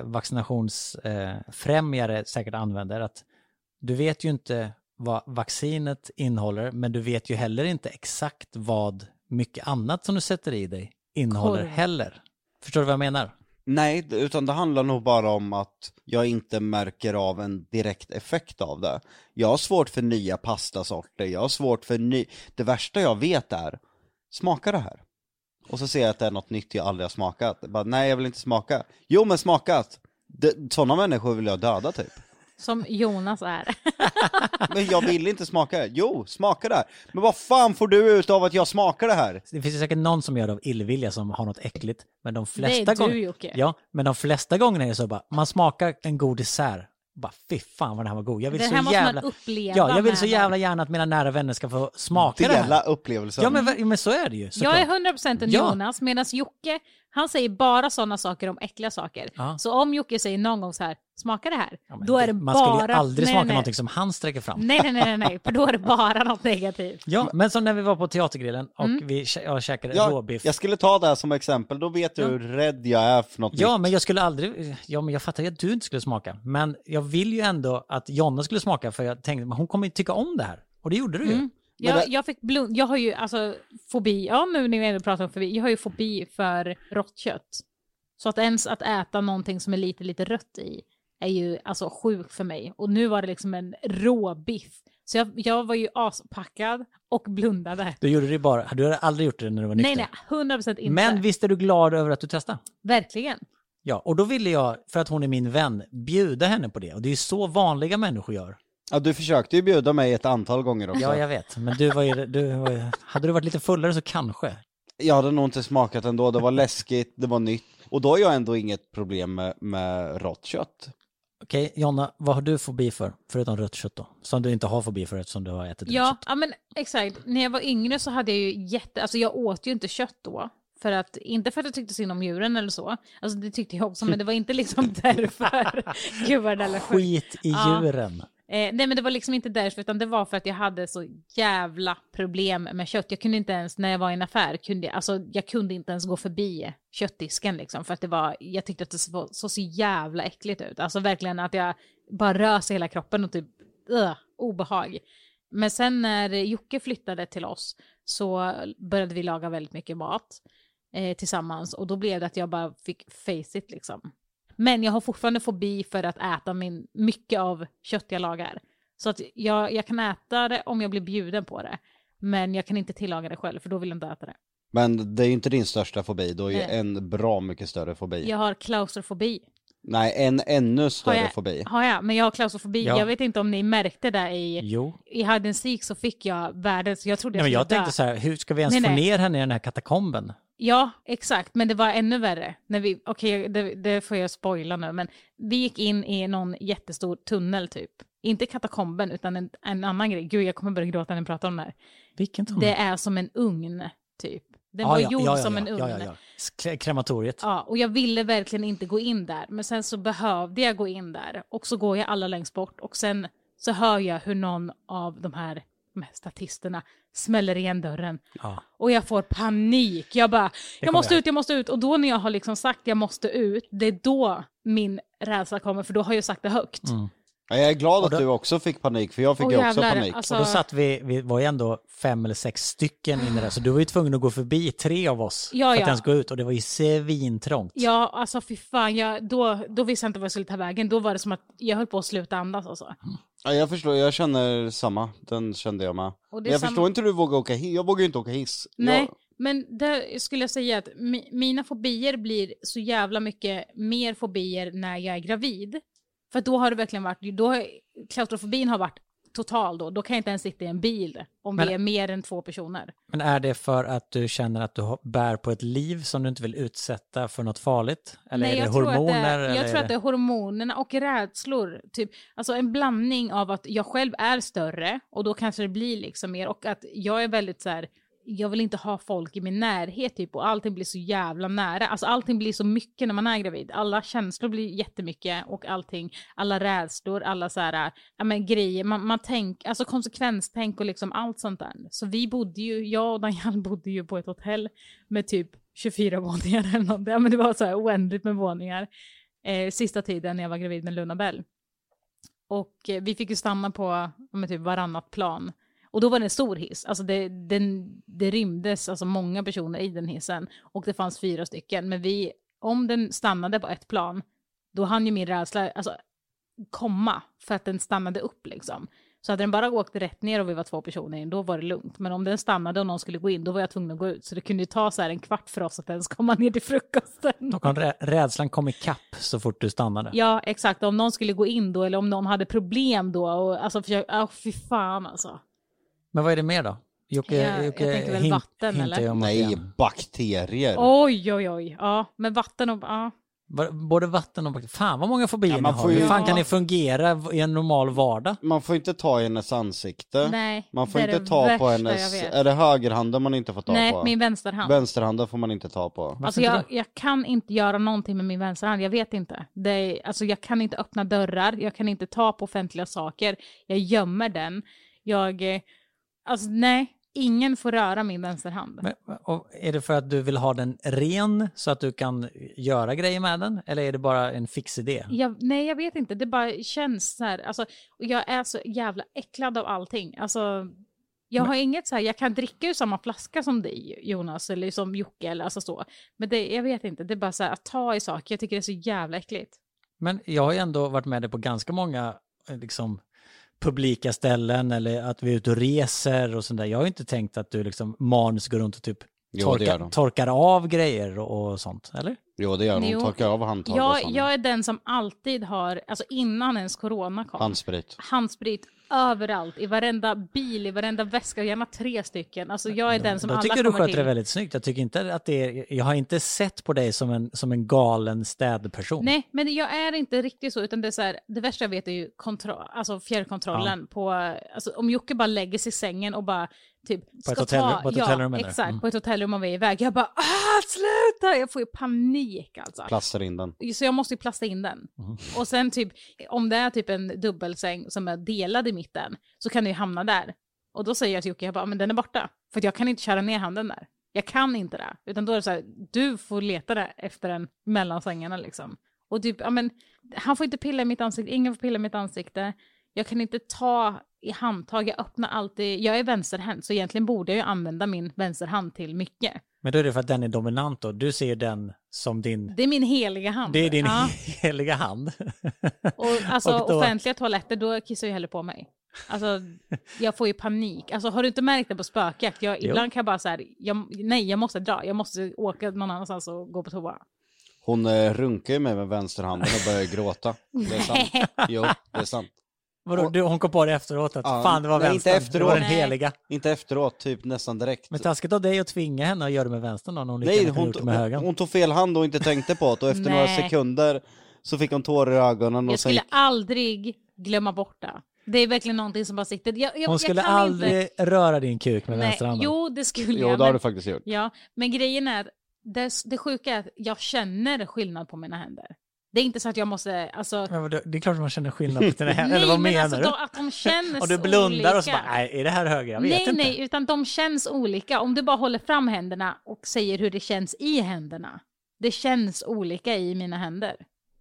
vaccinationsfrämjare eh, säkert använder, att du vet ju inte vad vaccinet innehåller, men du vet ju heller inte exakt vad mycket annat som du sätter i dig innehåller Korv. heller. Förstår du vad jag menar? Nej, utan det handlar nog bara om att jag inte märker av en direkt effekt av det. Jag har svårt för nya pastasorter, jag har svårt för ny... Det värsta jag vet är, smaka det här. Och så ser jag att det är något nytt jag aldrig har smakat. Jag bara, nej, jag vill inte smaka. Jo, men smakat. Det, sådana människor vill jag döda typ. Som Jonas är. Men jag vill inte smaka. Jo, smaka det här. Men vad fan får du ut av att jag smakar det här? Det finns ju säkert någon som gör det av illvilja som har något äckligt, men de Det flesta är du, gånger... Jocke. Ja, men de flesta gångerna är det så bara, man smakar en god dessert, bara fy fan vad det här var god. Jag vill Det så här måste jävla... man uppleva. Ja, jag vill så med jävla dem. gärna att mina nära vänner ska få smaka det Dela här. upplevelsen. Ja, men, ver- men så är det ju. Jag såklart. är hundra procent en Ja. Jonas, medan Jocke, han säger bara sådana saker om äckliga saker. Ja. Så om Jocke säger någon gång så här, smaka det här, Ja, men då är det man bara... skulle ju aldrig nej, smaka nej. någonting som han sträcker fram. Nej, nej, nej, nej, nej, för då är det bara något negativt. Ja, men som när vi var på teatergrillen och Mm. vi kä- jag käkade Ja, råbiff. jag skulle ta det här som exempel, då vet du Ja. hur rädd jag är för något Ja, nytt. men jag skulle aldrig... Ja, men jag fattar ju att du inte skulle smaka. Men jag vill ju ändå att Jonna skulle smaka, för jag tänkte, men hon kommer ju tycka om det här. Och det gjorde du ju. Mm. Men Jag, det- jag fick blund, jag har ju alltså fobi, ja nu när vi ändå pratar om fobi, jag har ju fobi för rått kött. Så att ens att äta någonting som är lite, lite rött i är ju alltså sjukt för mig. Och nu var det liksom en råbiff. Så jag, jag var ju aspackad och blundade. Du gjorde det bara... Du hade aldrig gjort det när du var nykter. Nej, nej, hundra procent inte. Men visst är du glad över att du testade? Verkligen. Ja, och då ville jag, för att hon är min vän, bjuda henne på det. Och det är ju så vanliga människor gör. Ja, du försökte ju bjuda mig ett antal gånger också. Ja, jag vet. Men du var ju... Du var ju hade du varit lite fullare så kanske. Jag hade nog inte smakat ändå, det var läskigt, det var nytt. Och då har jag ändå inget problem med, med rått kött. Okej, Jonna, vad har du fobi för? Förutom rött kött då? Som du inte har fobi för eftersom du har ätit rött Ja, kött. ja, men exakt. När jag var yngre så hade jag ju jätte... Alltså jag åt ju inte kött då. För att, inte för att jag tyckte synd om djuren eller så. Alltså det tyckte jag också, men det var inte liksom därför. Gud vad det där lät sjukt. Skit i Ja. djuren. Eh, nej men det var liksom inte därför, utan det var för att jag hade så jävla problem med kött. Jag kunde inte ens, när jag var i en affär, kunde, alltså, jag kunde inte ens gå förbi köttdisken liksom. För att det var, jag tyckte att det så, såg så jävla äckligt ut. Alltså verkligen att jag bara rös hela kroppen och typ, uh, obehag. Men sen när Jocke flyttade till oss så började vi laga väldigt mycket mat eh, tillsammans. Och då blev det att jag bara fick face it liksom. Men jag har fortfarande fobi för att äta min, mycket av kött jag lagar. Så att jag, jag kan äta det om jag blir bjuden på det. Men jag kan inte tillaga det själv, för då vill jag inte äta det. Men det är ju inte din största fobi, då är ju Nej. en bra mycket större fobi. Jag har klaustrofobi. Nej, en ännu större Har jag, fobi. har jag, men jag har klaustrofobi. Ja. Jag vet inte om ni märkte det i, Jo. i hide and seek, så fick jag världens, jag trodde jag Nej, men skulle jag dö. tänkte så här, hur ska vi ens Nej, få nej. ner henne i den här katakomben? Ja, exakt. Men det var ännu värre. När vi, okej, det, det får jag spoila nu, men vi gick in i någon jättestor tunnel typ. Inte katakomben, utan en, en annan grej. Gud, jag kommer börja gråta när jag pratar om det här. Vilken tunnel? Det är som en ugn, typ. Den Ja, var ja, gjord ja, ja, som ja, en ugn. Ja, ja, ja. K- Krematoriet. Ja, och jag ville verkligen inte gå in där. Men sen så behövde jag gå in där. Och så går jag alla längst bort. Och sen så hör jag hur någon av de här, de här statisterna smäller igen dörren. Ja. Och jag får panik. Jag bara, jag kommer måste jag. ut, jag måste ut. Och då när jag har liksom sagt jag måste ut, det är då min rädsla kommer. För då har jag sagt det högt. Mm. Ja, jag är glad att då- du också fick panik, för jag fick Åh, ju också jävlar, panik. alltså- Och då satt vi, vi var ju ändå fem eller sex stycken inne där, så du var ju tvungen att gå förbi tre av oss Ja, för att ja. ens gå ut, och det var ju svintrångt. Ja, alltså fy fan. Jag, då, då visste jag inte vad jag skulle ta vägen. Då var det som att jag höll på att sluta andas. Alltså. Ja, jag förstår, jag känner samma. Den kände jag med. Och det Men är jag samma- förstår inte hur du vågar åka hiss. Jag vågar ju inte åka hiss. Nej, Jag, men det skulle jag säga att mi, mina fobier blir så jävla mycket mer fobier när jag är gravid. För då har det verkligen varit, då har, klaustrofobin har varit total då. Då kan jag inte ens sitta i en bil om Men- vi är mer än två personer. Men är det för att du känner att du har- bär på ett liv som du inte vill utsätta för något farligt? Eller Nej, är det jag tror att hormoner? det, eller jag tror är att det är hormonerna och rädslor. Typ, alltså en blandning av att jag själv är större och då kanske det blir liksom mer. Och att jag är väldigt så här, jag vill inte ha folk i min närhet typ, och allting blir så jävla nära. Alltså allting blir så mycket när man är gravid. Alla känslor blir jättemycket och allting, alla rädslor, alla så här, ja men grejer, man, man tänk, alltså konsekvenstänk och liksom allt sånt där. Så vi bodde ju, jag och Daniel bodde ju på ett hotell med typ tjugofyra våningar eller något. Ja men det var så här oändligt med våningar. Eh, sista tiden när jag var gravid med Luna Bell. Och eh, vi fick ju stanna på med typ varannat plan. Och då var det en stor hiss. Alltså det, den, det rymdes alltså många personer i den hissen. Och det fanns fyra stycken. Men vi, om den stannade på ett plan, då hann ju min rädsla alltså, komma. För att den stannade upp liksom. Så hade den bara åkt rätt ner och vi var två personer in, då var det lugnt. Men om den stannade och någon skulle gå in, då var jag tvungen att gå ut. Så det kunde ju ta så här en kvart för oss att ens komma ner till frukosten. Då kan rä- rädslan komma ikapp så fort du stannade. Ja, exakt. Om någon skulle gå in då, eller om någon hade problem då. Och, alltså, försök, oh, fy fan alltså. Men vad är det mer då? Jocke, Ja, jag Jocke tänker väl hint- vatten, hintar ju eller? om att nej, det- bakterier. Oj, oj, oj. Ja, men vatten och... Ja. Va- Både vatten och bakterier. Fan vad många fobier Ja, ni man har. får ju- Hur fan Ja. kan ni fungera i en normal vardag? Man får inte ta i hennes ansikte. Nej, Man får det är inte det ta värsta på hennes... jag vet. Är det högerhanden man inte får ta Nej, på? min vänsterhand. Vänsterhanden får man inte ta på. Varför Alltså inte jag, då? jag kan inte göra någonting med min vänsterhand, jag vet inte. Det är, alltså jag kan inte öppna dörrar, jag kan inte ta på offentliga saker, jag gömmer den. Jag, eh, alltså nej, ingen får röra min vänsterhand. Men, och är det för att du vill ha den ren så att du kan göra grejer med den? Eller är det bara en fix idé? Jag, nej, jag vet inte, det bara känns så här, alltså, och jag är så jävla äcklad av allting. Alltså, jag har inget så här, jag kan dricka ur samma flaska som dig, Jonas, eller som Jocke, eller alltså så. Men det, jag vet inte, det är bara så här, att ta i saker, jag tycker det är så jävla äckligt. Men jag har ju ändå varit med dig på ganska många eh, liksom, publika ställen eller att vi är ute och reser och sånt där. Jag har ju inte tänkt att du liksom manus går runt och typ Jo, det gör torkar, de. torkar av grejer och, och sånt, eller? Jo, det gör de. Jo. Torkar av handtag och Jag, sånt. jag är den som alltid har, alltså innan ens corona kom, Handsprit. handsprit överallt, i varenda bil, i varenda väska, gärna tre stycken. Alltså jag är den som Då alla tycker jag du kommer sköter till. det väldigt snyggt. Jag tycker inte att det är, jag har inte sett på dig som en, som en galen städperson. Nej, men jag är inte riktigt så, utan det är så här, det värsta jag vet är ju kontroll, alltså fjärrkontrollen på, alltså om Jocke bara lägger sig i sängen och bara typ På ett hotellrum- på ett ja, hotellrum, menar du? exakt, Mm. på ett hotellrum och vi är iväg, jag bara, ah, sluta, jag får ju panik alltså. Plastar in den. Så jag måste ju plasta in den. Mm. Och sen typ, om det är typ en dubbelsäng som är delad i mitten, så kan det ju hamna där. Och då säger jag till Jocke, jag bara, men den är borta. För att jag kan inte köra ner handen där. Jag kan inte det. Utan då är det så här, du får leta det efter den mellan sängarna liksom. Och typ, ja men, han får inte pilla i mitt ansikte, ingen får pilla i mitt ansikte. Jag kan inte ta i handtag, jag öppnar alltid, jag är vänsterhänt, så egentligen borde jag ju använda min vänsterhand till mycket. Men då är det för att den är dominant då. Du ser den som din... Det är min heliga hand. Det är din ja. heliga hand. Och alltså Och då... offentliga toaletter, då kissar jag hellre på mig. Alltså, jag får ju panik. Alltså, har du inte märkt det på spökjakt? Jag, ibland kan jag bara så här, jag, nej, jag måste dra. Jag måste åka någon annanstans och gå på toa. Hon eh, runkar ju med med vänsterhanden och börjar gråta. Det är sant. Jo, det är sant. Vadå, du, hon kom på det efteråt att Ja, fan det var nej, vänstern, inte efteråt. det var den Nej. heliga. Inte efteråt, typ nästan direkt. Men taskigt av dig att tvinga henne att göra det med vänstern då, när hon lika Nej, gärna kunde hon, gjort det med höger. hon, hon tog fel hand och inte tänkte på det. Och efter Nej. några sekunder så fick hon tårar i ögonen. Och Jag sen skulle gick... aldrig glömma bort det. Det är verkligen någonting som bara sitter. Jag, jag, Hon skulle jag kan aldrig inte... röra din kuk med Nej, vänsterhanden. jo, det skulle Jo, jag. det har Men, du faktiskt gjort. ja, men grejen är, det, det sjuka är att jag känner skillnad på mina händer. Det är inte så att jag måste, alltså... Men vadå, det är klart att man känner skillnad på dina händer. Eller vad men menar alltså, du? de, att de känns Och du blundar olika. och så bara, nej, är det här höger? Jag vet nej, inte. nej, utan de känns olika. Om du bara håller fram händerna och säger hur det känns i händerna. Det känns olika i mina händer.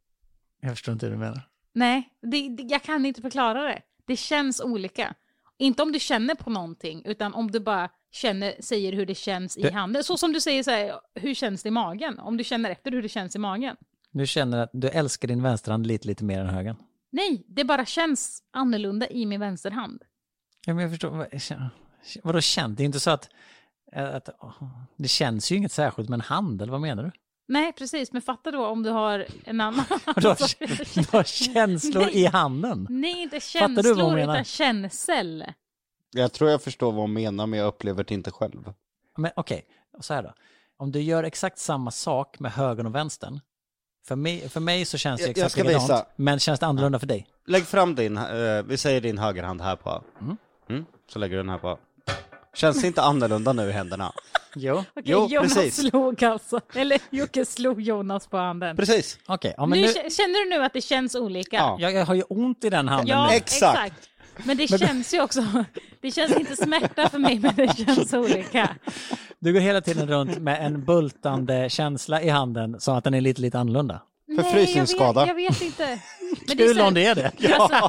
Jag förstår inte hur du menar. Nej, det, det, jag kan inte förklara det. Det känns olika. Inte om du känner på någonting, utan om du bara känner, säger hur det känns Det- i handen. Så som du säger så här, hur känns det i magen? Om du känner efter hur det känns i magen. Du känner att du älskar din vänsterhand lite, lite mer än högern. Nej, det bara känns annorlunda i min vänsterhand. Ja, men jag förstår. Vad, vadå känt? Det är inte så att, att... Det känns ju inget särskilt med en hand, eller vad menar du? Nej, precis. Men fatta då om du har en annan... Du har, du har känslor Nej. i handen. Nej, inte Fattar du vad hon känslor, menar? utan känsel. Jag tror jag förstår vad hon menar, men jag upplever det inte själv. Men okej, så här då. Om du gör exakt samma sak med högern och vänstern. För mig, för mig så känns det Jag- jag exakt ska likadant. visa. Men känns det annorlunda för dig? Lägg fram din, eh, vi säger din högerhand här på. Mm. Mm, så lägger du den här på. Känns det inte annorlunda nu i händerna? Jo. Okej, Jo, Jonas precis. slog alltså. Eller Jocke slog Jonas på handen. Precis. Okej, ja, men nu, nu, k- Känner du nu att det känns olika? Ja. jag, jag har ju ont i den handen Ja, nu. Exakt. Men det känns ju också, det känns inte smärta för mig, men det känns olika. Du går hela tiden runt med en bultande känsla i handen så att den är lite, lite annorlunda. Förfrysningsskada. Jag vet, jag vet inte. Men det är Kul så- om det är det. Alltså,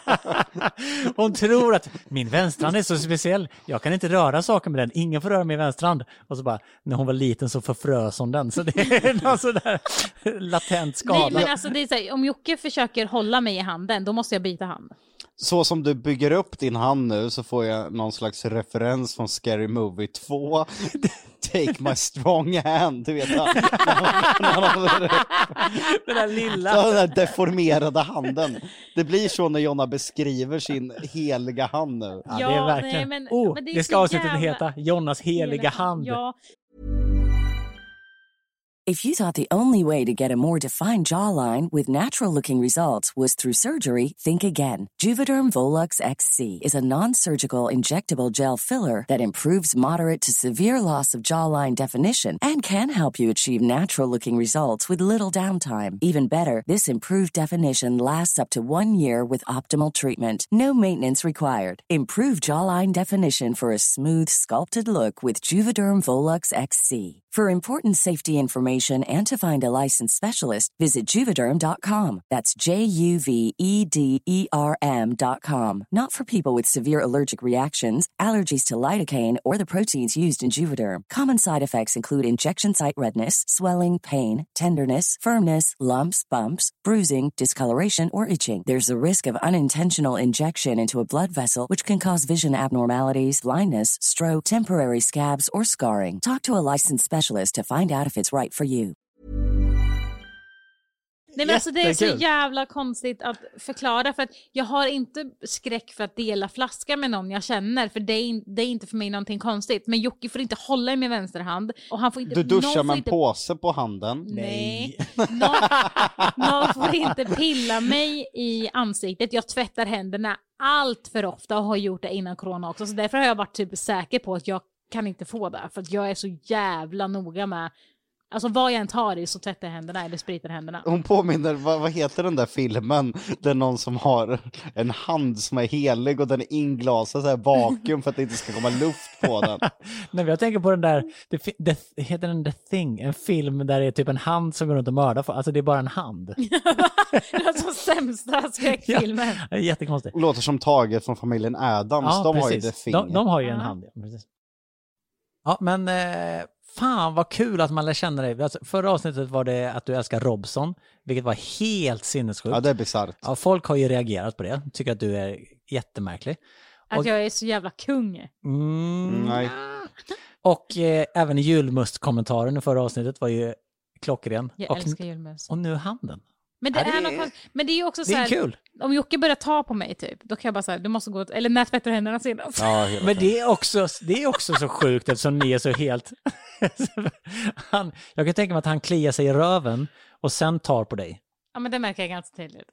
Hon tror att min vänsterhand är så speciell. Jag kan inte röra saker med den. Ingen får röra min vänsterhand. Och så bara, när hon var liten så förfrös hon den. Så det är någon sådär latent skada. nej, men alltså det är så här, om Jocke försöker hålla mig i handen, då måste jag byta hand. Så som du bygger upp din hand nu så får jag någon slags referens från Scary Movie två. Take my strong hand, du vet. Han, han har Den där lilla. den där deformerade handen. Det blir så när Jonna beskriver sin heliga hand nu. Ja, Ja, det är verkligen. nej, men- oh, men det är det ska så avsnittet jävla- heta Jonas heliga hand. Ja, If you thought the only way to get a more defined jawline with natural-looking results was through surgery, think again. Juvederm Volux X C is a non-surgical injectable gel filler that improves moderate to severe loss of jawline definition and can help you achieve natural-looking results with little downtime. Even better, this improved definition lasts up to one year with optimal treatment. No maintenance required. Improve jawline definition for a smooth, sculpted look with Juvederm Volux X C. For important safety information and to find a licensed specialist, visit Juvederm dot com. That's J U V E D E R M dot com. Not for people with severe allergic reactions, allergies to lidocaine, or the proteins used in Juvederm. Common side effects include injection site redness, swelling, pain, tenderness, firmness, lumps, bumps, bruising, discoloration, or itching. There's a risk of unintentional injection into a blood vessel, which can cause vision abnormalities, blindness, stroke, temporary scabs, or scarring. Talk to a licensed specialist to find out if it's right for you. nej, men alltså det är så Jättekul. jävla konstigt att förklara, för att jag har inte skräck för att dela flaska med någon jag känner, för det är, in, det är inte för mig någonting konstigt. Men Jocke får inte hålla i min vänsterhand och han får inte... Du någon duschar får med en inte, påse på handen. Nej. Någon, någon får inte pilla mig i ansiktet. Jag tvättar händerna allt för ofta och har gjort det innan corona också. Så därför har jag varit typ säker på att jag kan inte få det. För att jag är så jävla noga med... Alltså vad jag än tar i så tvättar jag händerna eller spritar händerna. Hon påminner, vad, vad heter den där filmen där någon som har en hand som är helig och den är inglasad så här vakuum för att det inte ska komma luft på den. Nej, men jag tänker på den där, det, fi- det heter den The Thing, en film där det är typ en hand som går runt och mördar folk. Alltså det är bara en hand. Det är alltså sämsta skräckfilmen. Det är jättekonstigt. Låter som taget från familjen Addams, de har ju det precis. Thing. De, de har ju en Ja. hand. Ja, precis. Ja, men eh, Fan vad kul att man lär känna dig. Alltså, förra avsnittet var det att du älskar Robson, vilket var helt sinnessjukt. Ja, det är bisarrt. Ja, folk har ju reagerat på det. Tycker att du är jättemärklig. Att Och- jag är så jävla kung. Mm. Nej. Och eh, även julmust-kommentaren i förra avsnittet var ju klockren. Jag och, älskar julmust. och nu handen. Men det, Ja, det är är- något konst- men det är ju också så Det är här, kul. om Jocke börjar ta på mig typ, då kan jag bara säga, du måste gå, eller när tvättar du händerna senast? Ja, hela Men tiden. det är också, det är också så sjukt eftersom ni är så helt... han, jag kan tänka mig att han kliar sig i röven och sen tar på dig. Ja, men det märker jag ganska tydligt.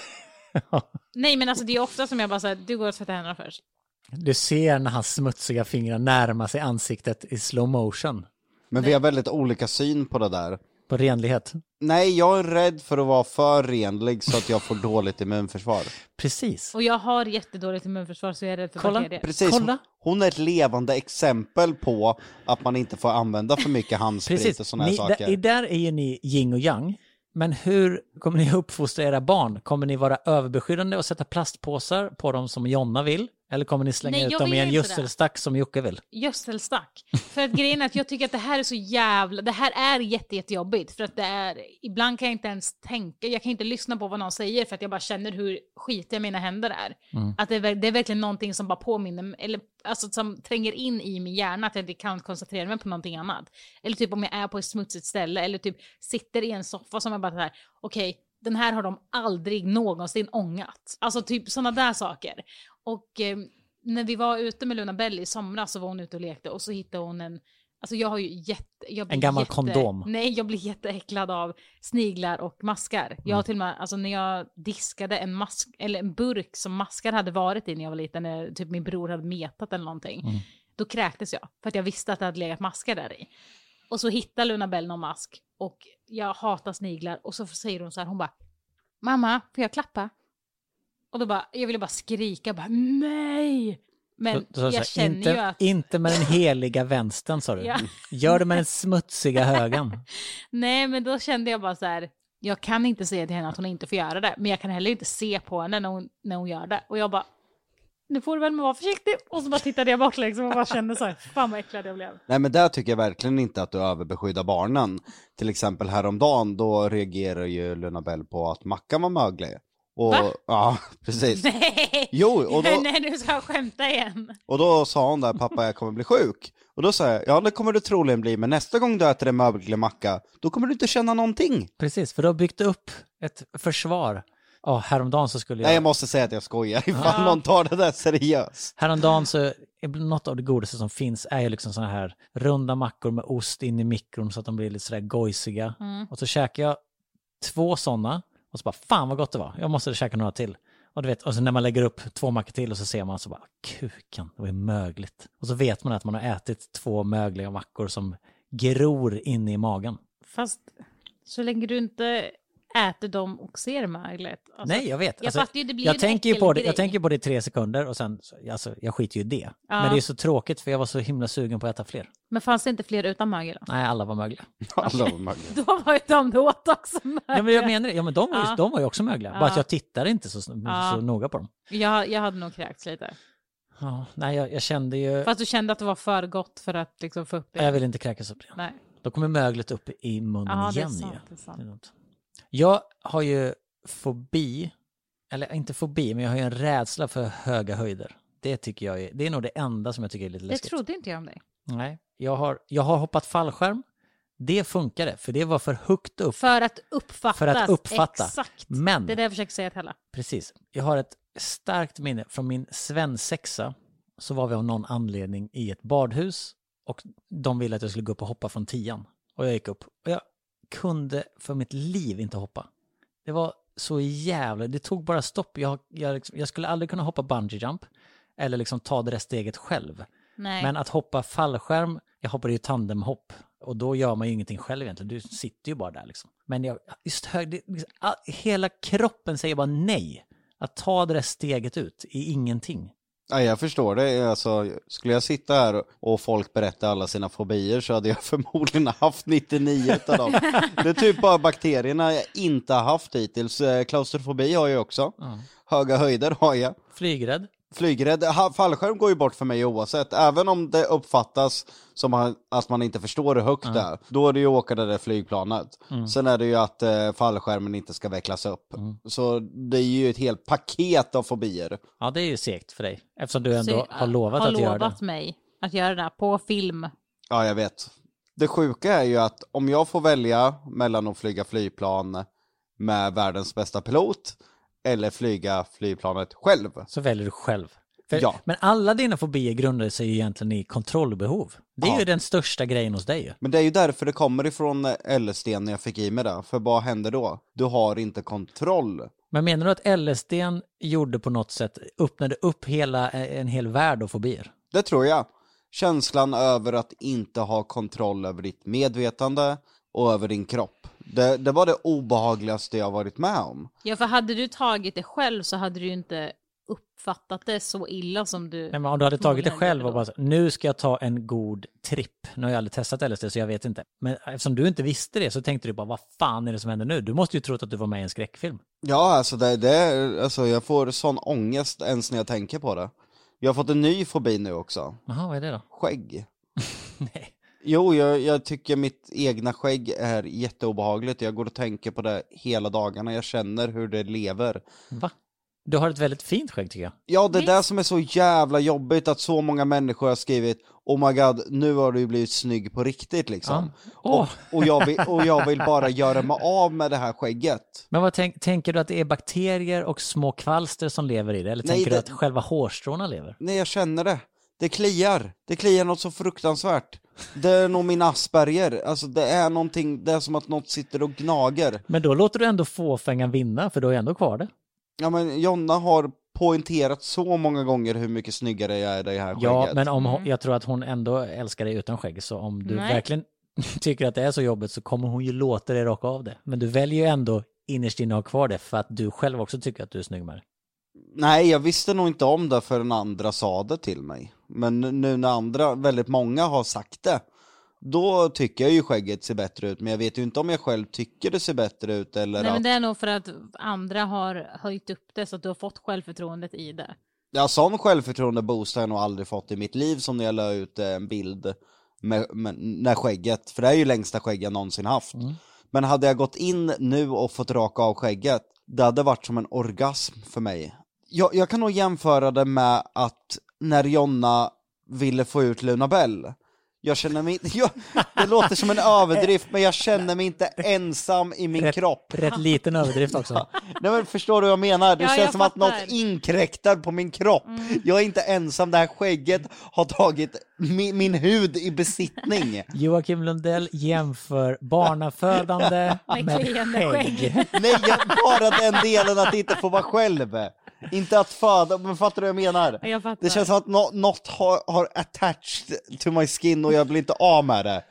Nej, men alltså det är ofta som jag bara säger, du går och tvättar händerna först. Du ser när hans smutsiga fingrar närmar sig ansiktet i slow motion. Men vi har väldigt olika syn på det där. På renlighet. Nej, jag är rädd för att vara för renlig så att jag får dåligt immunförsvar. Precis. Och jag har jättedåligt immunförsvar så jag är rädd för Kolla. bakterier. Precis, Kolla. hon är ett levande exempel på att man inte får använda för mycket handsprit och Precis. såna här Ni, saker. där, där är ju ni yin och yang. Men hur kommer ni uppfostra era barn? Kommer ni vara överbeskyddande och sätta plastpåsar på dem som Jonna vill? Eller kommer ni slänga Nej, ut jag dem i vill en inte det. gödselstack som Jocke vill? Gödselstack. För att grejen är att jag tycker att det här är så jävla, det här är jätte, jättejobbigt. För att det är, ibland kan jag inte ens tänka, jag kan inte lyssna på vad någon säger för att jag bara känner hur skitiga mina händer är. Mm. Att det är, ver- det är verkligen någonting som bara påminner, eller alltså som tränger in i min hjärna att jag inte kan koncentrera mig på någonting annat. Eller typ om jag är på ett smutsigt ställe eller typ sitter i en soffa som jag bara så här, okej, den här har de aldrig någonsin ångat. Alltså typ sådana där saker. Och eh, när vi var ute med Luna Bell i somras så var hon ute och lekte och så hittade hon en, alltså jag har ju jätte... Jag blir En gammal jätte, kondom. Nej, jag blir jätteäcklad av sniglar och maskar. Jag har till och med, alltså när jag diskade en mask, eller en burk som maskar hade varit i när jag var liten, när typ min bror hade metat eller någonting, Mm. då kräktes jag. För att jag visste att det hade legat maskar där i. Och så hittar Luna Bell någon mask och jag hatar sniglar och så säger hon så här, hon bara, mamma, får jag klappa? Och då bara, jag ville bara skrika, bara nej! Men Så- så- så- jag känner inte, ju att... inte med den heliga vänstern, sa du. Ja. Gör det med den smutsiga högen. Nej, men då kände jag bara så här, jag kan inte säga till henne att hon inte får göra det, men jag kan heller inte se på henne när hon, när hon gör det. Och jag bara, nu får du väl vara försiktig. Och så bara tittade jag bort liksom och bara kände så här, fan vad äcklad jag blev. Nej, men där tycker jag verkligen inte att du överbeskyddar barnen. Till exempel häromdagen, då reagerar ju Luna Bell på att Mackan var möglig. Och, Va? ja, precis. Nej, Jo, och då, nej, nu ska jag skämta igen. och då sa hon där, pappa jag kommer bli sjuk. Och då sa jag, ja det kommer du troligen bli, men nästa gång du äter en möglig macka, då kommer du inte känna någonting. Precis, för du har byggt upp ett försvar. Ja, häromdagen så skulle jag... Nej, jag måste säga att jag skojar, ifall Ja. någon tar det där seriöst. Häromdagen så, är något av det godaste som finns är ju liksom såna här runda mackor med ost in i mikron så att de blir lite sådär gojsiga. Mm. Och så käkar jag två sådana och så bara, fan vad gott det var. Jag måste käka några till. Och du vet, och så när man lägger upp två mackor till och så ser man så bara, kuken, det var mögligt. Och så vet man att man har ätit två mögliga mackor som gror in i magen. Fast så länge du inte äter dem och ser mögligt. Alltså, Nej, jag vet. Jag Alltså, fattar ju, det blir jag ju en tänker ju på det, äckelgrej. jag tänker på det i tre sekunder och sen, så- alltså, jag skiter ju i det. Men det är så tråkigt för jag var så himla sugen på att äta fler. Men fanns det inte fler utan mögel då? Nej, alla var mögliga. Alla var mögliga. Då var ju de du åt också mögel. Ja, men jag menar det. Ja, men de var ju, Ja. de var ju också mögliga. Bara Ja. att jag tittar inte så, så Ja. noga på dem. Jag, jag hade nog kräkts lite. Ja, nej, jag, jag kände ju... Fast du kände att det var för gott för att liksom få upp det. Jag vill inte kräkas upp det. Nej. Då kommer möglet upp i munnen Ja, det är igen sant, ju. det är sant. Det är något. Jag har ju fobi, eller inte fobi, men jag har ju en rädsla för höga höjder. Det tycker jag är, det är nog det enda som jag tycker är lite Det läskigt. trodde inte jag om dig. Nej, jag har, jag har hoppat fallskärm. Det funkade, för det var för högt upp. För att uppfatta. För att uppfatta. Exakt. Men, Det är det jag försöker säga till alla. precis, jag har ett starkt minne från min svensexa. Så var vi av någon anledning i ett badhus och de ville att jag skulle gå upp och hoppa från tian. Och jag gick upp och jag kunde för mitt liv inte hoppa. Det var så jävla, det tog bara stopp. Jag, jag, liksom, jag skulle aldrig kunna hoppa bungee jump eller liksom ta det där steget själv. Nej. Men att hoppa fallskärm, jag hoppade ju tandemhopp och då gör man ju ingenting själv egentligen. Du sitter ju bara där liksom. Men jag, just hög, det, liksom, all, hela kroppen säger bara nej. Att ta det där steget ut är ingenting. Nej, jag förstår det. Alltså, skulle jag sitta här och folk berättar alla sina fobier så hade jag förmodligen haft nittionio av dem. Det är typ bara bakterierna jag inte har haft hittills. Klaustrofobi har jag också. Ja. Höga höjder har jag. Flygrädd. flygrädd. Ha- Fallskärm går ju bort för mig oavsett. Även om det uppfattas som att man inte förstår hur högt Ja. det är. Då är det ju att åka det där flygplanet. Mm. Sen är det ju att eh, fallskärmen inte ska vecklas upp. Mm. Så det är ju ett helt paket av fobier. Ja, det är ju segt för dig. Eftersom du ändå Så, har lovat har att göra lovat det. mig att göra det här på film. Ja, jag vet. Det sjuka är ju att om jag får välja mellan att flyga flygplan med världens bästa pilot eller flyga flygplanet själv. Så väljer du själv. För, Ja. Men alla dina fobier grundar sig ju egentligen i kontrollbehov. Det är Ja. ju den största grejen hos dig ju. Men det är ju därför det kommer ifrån L S D när jag fick i mig det. För vad händer då? Du har inte kontroll. Men menar du att L S D gjorde på något sätt, öppnade upp hela, en hel värld av fobier? Det tror jag. Känslan över att inte ha kontroll över ditt medvetande och över din kropp. Det, det var det obehagligaste jag varit med om. Ja, för hade du tagit det själv så hade du ju inte uppfattat det så illa som du... Nej, men om du hade tagit det förmodligen själv och gjorde bara då. så, nu ska jag ta en god tripp. Nu har jag aldrig testat L S D så jag vet inte. Men eftersom du inte visste det så tänkte du bara, vad fan är det som händer nu? Du måste ju trott att du var med i en skräckfilm. Ja, alltså, det, det, alltså jag får sån ångest ens när jag tänker på det. Jag har fått en ny fobi nu också. Jaha, vad är det då? Skägg. Nej. Jo, jag, jag tycker mitt egna skägg är jätteobehagligt. Jag går och tänker på det hela dagarna. Jag känner hur det lever. Va? Du har ett väldigt fint skägg tycker jag. Ja, det Visst. där som är så jävla jobbigt att så många människor har skrivit oh my god, nu har du ju blivit snygg på riktigt liksom. Ja. Åh. Och, och, jag vill, och jag vill bara göra mig av med det här skägget. Men vad tänk, tänker du att det är bakterier och små kvalster som lever i det? Eller Nej, tänker det- du att själva hårstråna lever? Nej, jag känner det. Det kliar. Det kliar något så fruktansvärt. Det är nog min Asperger. Alltså det är någonting, det är som att något sitter och gnager. Men då låter du ändå fåfängan vinna för du har ändå kvar det. Ja, men Jonna har poängterat så många gånger hur mycket snyggare jag är i det här skägget. Ja, men om hon, jag tror att hon ändå älskar dig utan skägg. Så om du Nej. verkligen tycker att det är så jobbigt så kommer hon ju låta dig raka av det. Men du väljer ju ändå innerst inne att ha kvar det för att du själv också tycker att du är snygg med det. Nej, jag visste nog inte om det förrän andra sa det till mig. Men nu när andra, väldigt många har sagt det, då tycker jag ju skägget ser bättre ut. Men jag vet ju inte om jag själv tycker det ser bättre ut eller Nej, att... men det är nog för att andra har höjt upp det så att du har fått självförtroendet i det. Ja, sån självförtroende boost har jag nog aldrig fått i mitt liv som när jag la ut eh, en bild med, med, när skägget, för det är ju längsta skägg jag någonsin haft. Mm. Men hade jag gått in nu och fått raka av skägget, det hade varit som en orgasm för mig. Jag, jag kan nog jämföra det med att när Jonna ville få ut Luna Bell. Jag känner mig inte, jag, det låter som en överdrift, men jag känner mig inte ensam i min Rätt, kropp. rätt liten överdrift också. Nej, men förstår du vad jag menar? Det Ja, känns jag som att fattar. något inkräktar på min kropp. Jag är inte ensam, det här skägget har tagit min, min hud i besittning. Joakim Lundell jämför barnafödande Med med kliande skägg. skägg. Nej, jag, bara den delen att inte få vara själv. Inte att föda, men fattar du vad jag menar? Jag fattar. Det känns som att nå- något har, har attached to my skin och jag blir inte av med det.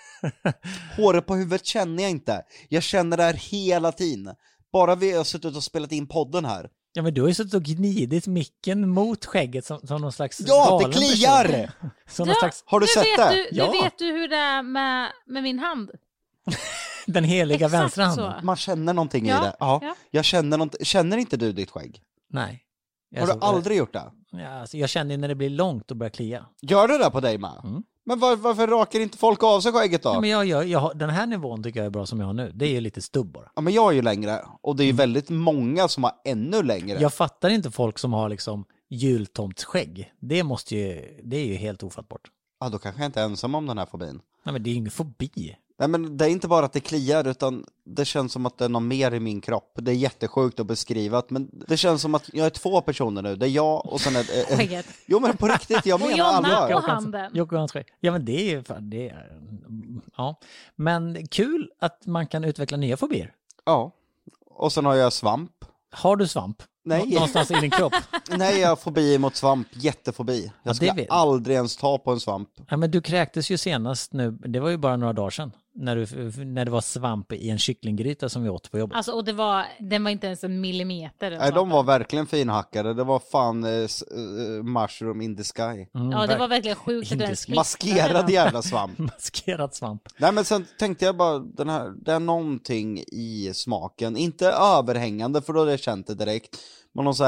Håret på huvudet känner jag inte. Jag känner det här hela tiden. Bara vi har suttit och spelat in podden här. Ja, men du har ju suttit och gnidit micken mot skägget som, som någon slags Ja, det galen kliar! person. Som någon slags, Har du nu sett vet det? Du, Ja. Nu vet du hur det är med, med min hand. den heliga Exakt vänstra handen. så. Man känner någonting Ja, i det. Ja. ja. Jag känner något. Känner inte du ditt skägg? Nej. Har du aldrig gjort det? Ja, alltså, jag känner ju när det blir långt och börjar klia. Gör det där på dig med? Mm. Men var, varför rakar inte folk av sig skägget då? Ja, men jag, jag, jag, har- den här nivån tycker jag är bra som jag har nu. Det är ju lite stubb bara. Ja, men jag är ju längre. Och det är ju väldigt många som har ännu längre. Jag fattar inte folk som har liksom jultomtsskägg. Det måste ju, det är ju helt ofattbart. Ja, då kanske jag inte är ensam om den här fobin. Nej, men det är ju ingen fobi. Nej, men det är inte bara att det kliar, utan det känns som att det är något mer i min kropp. Det är jättesjukt att beskriva, men det känns som att jag är två personer nu. Det är jag och sen är... Skägget. Jo, men på riktigt, jag Och menar Jonna allvar. och handen. Jocke och hans skägg. Ja, men det är ju fan, det är, ja. Men kul att man kan utveckla nya fobier. Ja. Och sen har jag svamp. Har du svamp? Nej. Nå- Någonstans i din kropp? Nej, jag har fobi mot svamp. Jättefobi. Ja, Jag det skulle vet- aldrig ens ta på en svamp. Ja, men du kräktes ju senast nu, det var ju bara några dagar sedan, när, du, när det var svamp i en kycklinggryta som vi åt på jobbet. Alltså, och det var, den var inte ens en millimeter. den Nej, de svampen. var verkligen finhackade. Det var fan eh, s- eh, mushroom in the sky. Mm, Ja, det verk- var verkligen sjukt att du Inte ens klippte Maskerad den. jävla svamp. maskerad svamp. Nej, men sen tänkte jag bara, den här, det är någonting i smaken. Inte överhängande, för då hade jag känt det direkt. Men någon så här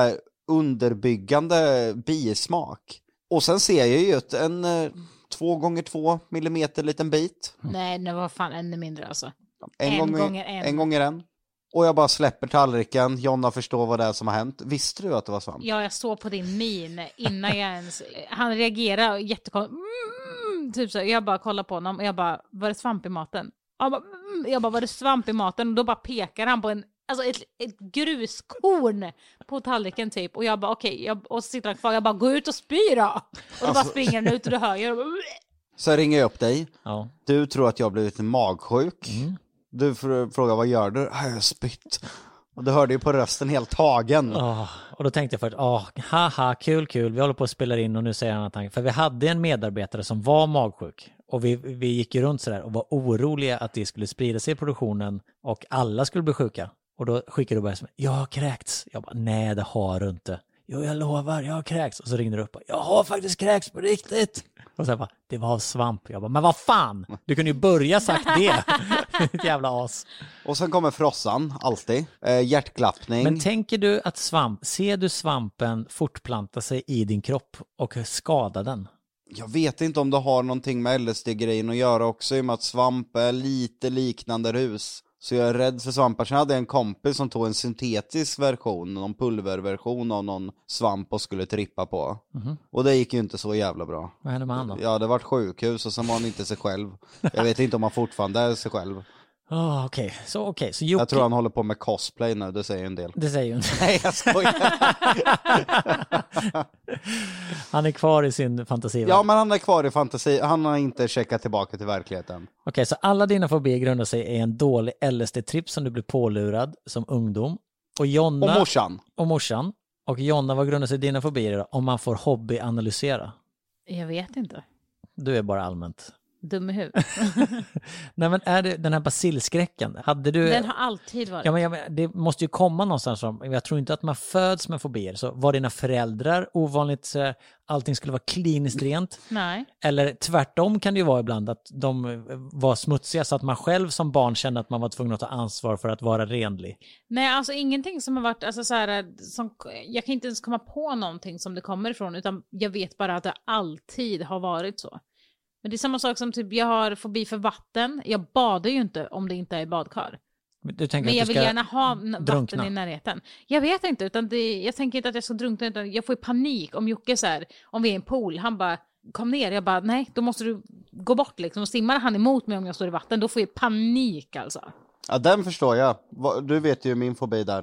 underbyggande bismak. Och sen ser jag ju ett, en eh, två gånger två millimeter liten bit. Nej, det var fan ännu mindre alltså. En, En gånger, gånger en. en gånger en. Och jag bara släpper tallriken. Jonna förstår vad det är som har hänt. Visste du att det var svamp? Ja, jag såg på din min innan jag ens... Han reagerade jättekonstigt. Mm, typ så. Jag bara kollade på honom och jag bara, var det svamp i maten? Jag bara, mm, jag bara, var det svamp i maten? Och då bara pekar han på en, alltså ett, ett gruskorn på tallriken typ. Och jag bara, okej. Okay. Och så sitter han kvar. Jag bara, gå ut och spy då. Och då Alltså... bara springer han ut och du hör jag. Bara, så ringer jag upp dig. Ja. Du tror att jag har blivit magsjuk. Mm. Du frågar, vad gör du? Jag har spytt. Och du hörde ju på rösten helt tagen. Oh, och då tänkte jag först, oh, haha, kul, kul. Vi håller på att spela in och nu säger han att han... För vi hade en medarbetare som var magsjuk. Och vi, vi gick ju runt sådär och var oroliga att det skulle sprida sig i produktionen och alla skulle bli sjuka. Och då skickade du bara som, jag har kräkts. Jag bara, nej det har du inte. Jo, jag lovar, jag har kräkts. Och så ringde du upp och jag har faktiskt kräkts på riktigt. Och så bara, det var svamp. Jag bara, men vad fan? Du kunde ju börja sagt det. Ett jävla as. Och sen kommer frossan, alltid. Eh, hjärtklappning. Men tänker du att svamp, ser du svampen fortplanta sig i din kropp och skada den? Jag vet inte om det har någonting med L S D-grejen att göra också, i och med att svamp är lite liknande rus. Så jag är rädd för svampar. Sen hade jag en kompis som tog en syntetisk version, någon pulverversion av någon svamp och skulle trippa på. Mm-hmm. Och det gick ju inte så jävla bra. Vad hände med han då? Ja, det var ett sjukhus och sen var han inte sig själv. Jag vet inte om han fortfarande är sig själv. Oh, okej, okay. så okej. Okay. Så Jocke... Jag tror han håller på med cosplay nu, det säger en del. Det säger ju inte. Nej, jag skojar. Han är kvar i sin fantasi. Ja, men han är kvar i fantasi. Han har inte checkat tillbaka till verkligheten. Okej, okay, så alla dina fobier grundar sig i en dålig L S D-tripp som du blev pålurad som ungdom. Och Jonna... Och morsan. Och morsan. Och Jonna, vad grundar sig dina fobier då? Om man får hobbyanalysera? jag vet inte. Du är bara allmänt... Dum i huvudet. Nej, men är det den här basilskräcken? Hade du... Den har alltid varit. Ja, men jag, det måste ju komma någonstans från. Jag tror inte att man föds med fobier. Så var dina föräldrar ovanligt så allting skulle vara kliniskt rent? Nej. Eller tvärtom kan det ju vara ibland att de var smutsiga så att man själv som barn kände att man var tvungen att ta ansvar för att vara renlig. Nej, alltså ingenting som har varit, alltså så här, som, jag kan inte ens komma på någonting som det kommer ifrån, utan jag vet bara att det alltid har varit så. Men det är samma sak som typ jag har fobi för vatten. Jag badar ju inte om det inte är badkar. Du tänker men jag att du vill ska gärna ha drunkna. Vatten i närheten. Jag vet inte, utan det, jag tänker inte att jag ska drunkna, utan jag får panik om Jocke så här, om vi är i en pool, han bara, kom ner, jag bara, nej, då måste du gå bort liksom. Och simmar han emot mig om jag står i vatten, då får jag panik alltså. Ja, den förstår jag. Du vet ju min fobi där.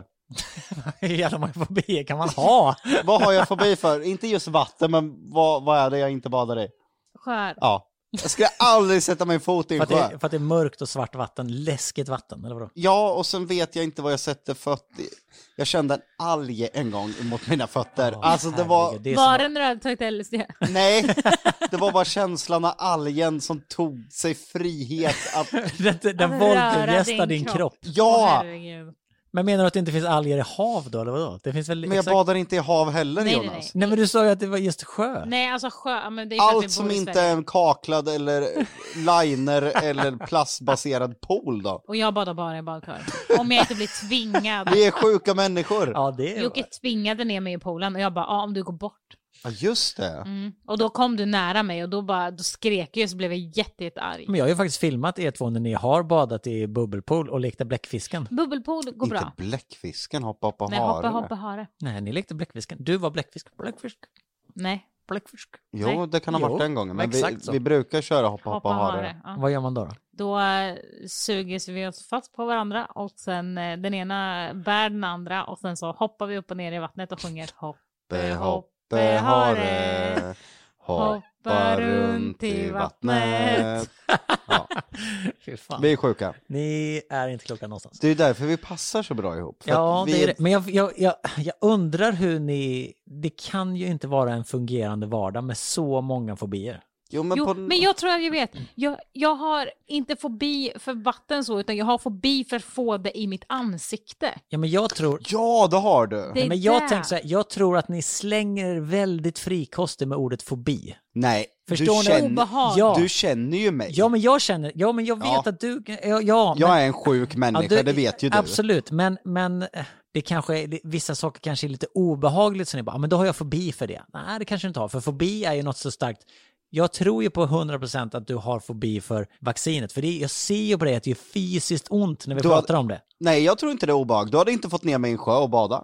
Jävla många fobier kan man ha. Vad har jag fobi för? Inte just vatten, men vad, vad är det jag inte badar i? Skär. Ja. Jag skulle aldrig sätta min fot i en för, att sjö. det, för att det är mörkt och svart vatten, läskigt vatten, eller vadå? Ja, och sen vet jag inte vad jag sätter fötter i. Jag kände en alg en gång mot mina fötter. Oh, alltså det var... Det var det när du hade tagit L S D? Nej, det var bara känslan av algen som tog sig frihet att... den den våldgästar din kropp. kropp. Ja! Oh, men menar du att det inte finns alger i hav då, eller vadå? Det finns väl men jag exakt... badar inte i hav heller, nej, Jonas. Nej, nej. nej, men du sa ju att det var just sjö. Nej, alltså sjö. Men det är allt som inte är en kaklad eller liner eller plastbaserad pool då. Och jag badar bara i badkar. Om jag inte blir tvingad. Vi är sjuka människor. Ja, det är... Jocke tvingade ner mig i poolen och jag bara, ja, om du går bort. Ja, just det. Mm. Och då kom du nära mig och då, bara, då skrek jag och så blev jag jätte, jätte arg. Men jag har ju faktiskt filmat er två när ni har badat i bubbelpool och lekte bläckfisken. Bubbelpool går inte bra. Inte bläckfisken, hoppa hoppa Nej, hare. hoppa hoppa hare. Nej, ni lekte bläckfisken. Du var bläckfisk. Bläckfisk. Nej. Bläckfisk. Jo, Nej. det kan ha varit jo, en gång. Men vi, så. vi brukar köra hoppa hoppa, hoppa hare. hare. Ja. Vad gör man då då? Då äh, suger vi oss fast på varandra och sen äh, den ena bär den andra och sen så hoppar vi upp och ner i vattnet och sjunger hoppe hoppe hare. Hoppa runt i vattnet. Ja. Fy fan. Vi är sjuka. Ni är inte kloka någonstans. Det är därför vi passar så bra ihop. För ja, vi... det är det. Men jag, jag, jag, jag undrar hur ni... Det kan ju inte vara en fungerande vardag med så många fobier. Jo, men, Jo, på... men jag tror att jag vet. Jag, jag har inte fobi för vatten så, utan jag har fobi för att få det i mitt ansikte. Ja, men jag tror... Ja, det har du. Det är Nej, men jag det. tänker så här, jag tror att ni slänger väldigt frikostigt med ordet fobi. Nej, Förstår du ni? känner, Obehag. Ja. du känner ju mig. Ja, men jag känner... Ja, men jag vet Ja. att du... Ja, ja men... Jag är en sjuk människa, Ja, du- det vet ju du. Absolut, men, men det kanske är, det, vissa saker kanske är lite obehagligt, så ni bara, men då har jag fobi för det. Nej, det kanske inte har, för fobi är ju något så starkt. Jag tror ju på hundra procent att du har fobi för vaccinet, för det, jag ser ju på det att det är fysiskt ont när vi Du pratar har- om det. Nej, jag tror inte det är obehag. Du hade inte fått ner mig i en sjö och bada.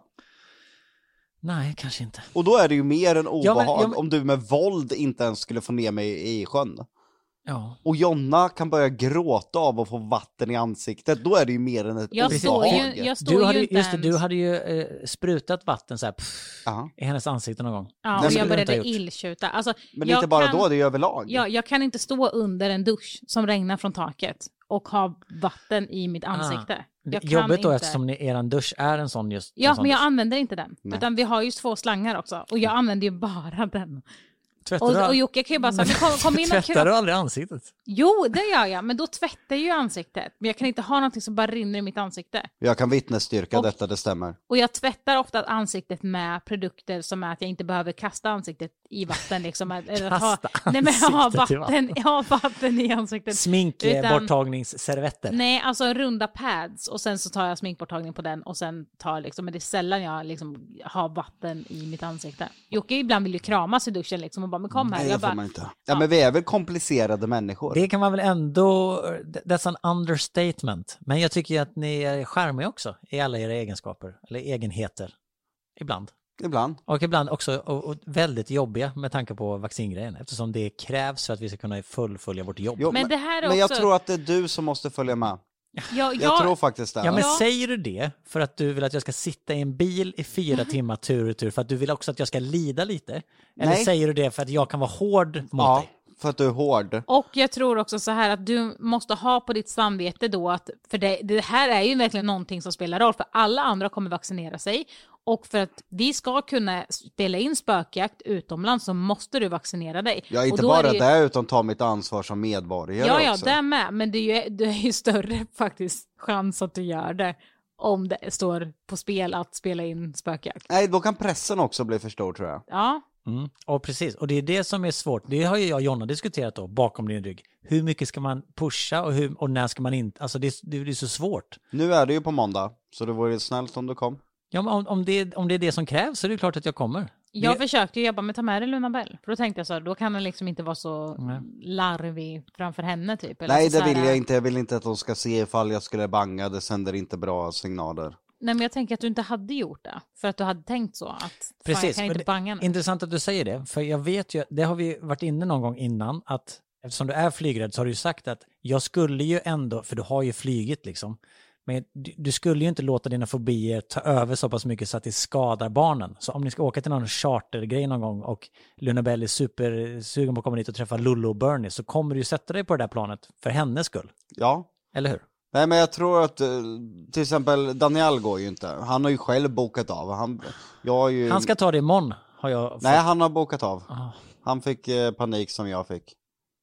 Nej, kanske inte. Och då är det ju mer än Ja, obehag men- ja, men- om du med våld inte ens skulle få ner mig i sjön. Ja. Och Jonna kan börja gråta av att få vatten i ansiktet. Då är det ju mer än ett Jag obehag. står ju, jag står Du hade, ju ju- inte just det, ens... du hade ju eh, sprutat vatten så här, pff, Ja. i hennes ansikte någon gång. Ja, Nej, och men jag det har du inte började gjort. illtjuta. Alltså, Men jag inte bara kan, då, det är ju överlag. Ja, jag kan inte stå under en dusch som regnar från taket och ha vatten i mitt ansikte. Jag kan Jobbigt då inte. eftersom ni, eran dusch är en sån just. en Ja, sån men jag dusch. använder inte den. Nej. Utan vi har ju två slangar också. Och jag använder ju bara den. Tvättar du Och, all- och Jocke kan ju bara säga, men kom, kom in och Tvättar kropp. du aldrig ansiktet? Jo, det gör jag. Men då tvättar ju ansiktet. Men jag kan inte ha någonting som bara rinner i mitt ansikte. Jag kan vittnesstyrka Och- detta, det stämmer. Och jag tvättar ofta ansiktet med produkter som är att jag inte behöver kasta ansiktet i vatten. Liksom, eller att ha, Kasta nej, men ha ansiktet i vatten, ha vatten i ansiktet. Smink, Utan- Utan... borttagningsservetter. Nej, alltså runda pads och sen så tar jag sminkborttagning på den och sen tar liksom, men det är sällan jag liksom har vatten i mitt ansikte. Jocke ibland vill ju kramas i duschen liksom och bara, men kom här. Nej, jag det får bara, man inte. Ja, men vi är väl komplicerade människor. Det kan man väl ändå, that's an understatement. Men jag tycker ju att ni är charmiga också i alla era egenskaper, eller egenheter. Ibland. Ibland. Och ibland också och, och väldigt jobbiga med tanke på vaccingrejen, eftersom det krävs för att vi ska kunna fullfölja vårt jobb. Jo, Men det här är men jag också- tror att det är du som måste följa med. jag, Jag jag, tror faktiskt det. Ja, men Ja. säger du det för att du vill att jag ska sitta i en bil i fyra timmar tur och tur för att du vill också att jag ska lida lite? Eller Nej. säger du det för att jag kan vara hård mot Ja, dig? för att du är hård. Och jag tror också så här att du måste ha på ditt samvete då att, för det, det här är ju verkligen någonting som spelar roll, för alla andra kommer vaccinera sig. Och för att vi ska kunna spela in spökjakt utomlands så måste du vaccinera dig. Jag är Och inte då bara det ju- det, utan ta mitt ansvar som medborgare Ja, ja, också. det är med. Men det är ju, det är ju större faktiskt chans att du gör det om det står på spel att spela in spökjakt. Nej, då kan pressen också bli för stor, tror jag. Ja, Mm. Och precis, och det är det som är svårt. Det har ju jag och Jonna diskuterat då, bakom din rygg. Hur mycket ska man pusha och, hur, och när ska man inte? Alltså det, är- det är så svårt. Nu är det ju på måndag, så det vore snällt om du kom. Ja, men om, om, det, om det är det som krävs så är det klart att jag kommer. jag det, försökte ju jobba med ta med dig Luna Bell. För då tänkte jag så här, då kan den liksom inte vara så Nej. larvig framför henne typ. Eller Nej, så det så här, vill jag inte. Jag vill inte att de ska se ifall jag skulle banga. Det sänder inte bra signaler. Nej, men jag tänker att du inte hade gjort det. För att du hade tänkt så. Att fan, jag Precis, kan men inte det- banga nu. intressant att du säger det, för jag vet ju, det har vi varit inne någon gång innan, att eftersom du är flygrädd så har du ju sagt att jag skulle ju ändå, för du har ju flygit liksom, men du, du skulle ju inte låta dina fobier ta över så pass mycket så att det skadar barnen. Så om ni ska åka till någon chartergrej någon gång och Luna Bell är supersugen på att komma dit och träffa Lulu och Bernie, så kommer du ju sätta dig på det där planet för hennes skull. Ja. Eller hur? Nej, men jag tror att eh, till exempel Daniel går ju inte. Han har ju själv bokat av. Han, jag har ju... Han ska ta det imorgon, har jag fått. Nej, han har bokat av. Ah. Han fick eh, panik som jag fick.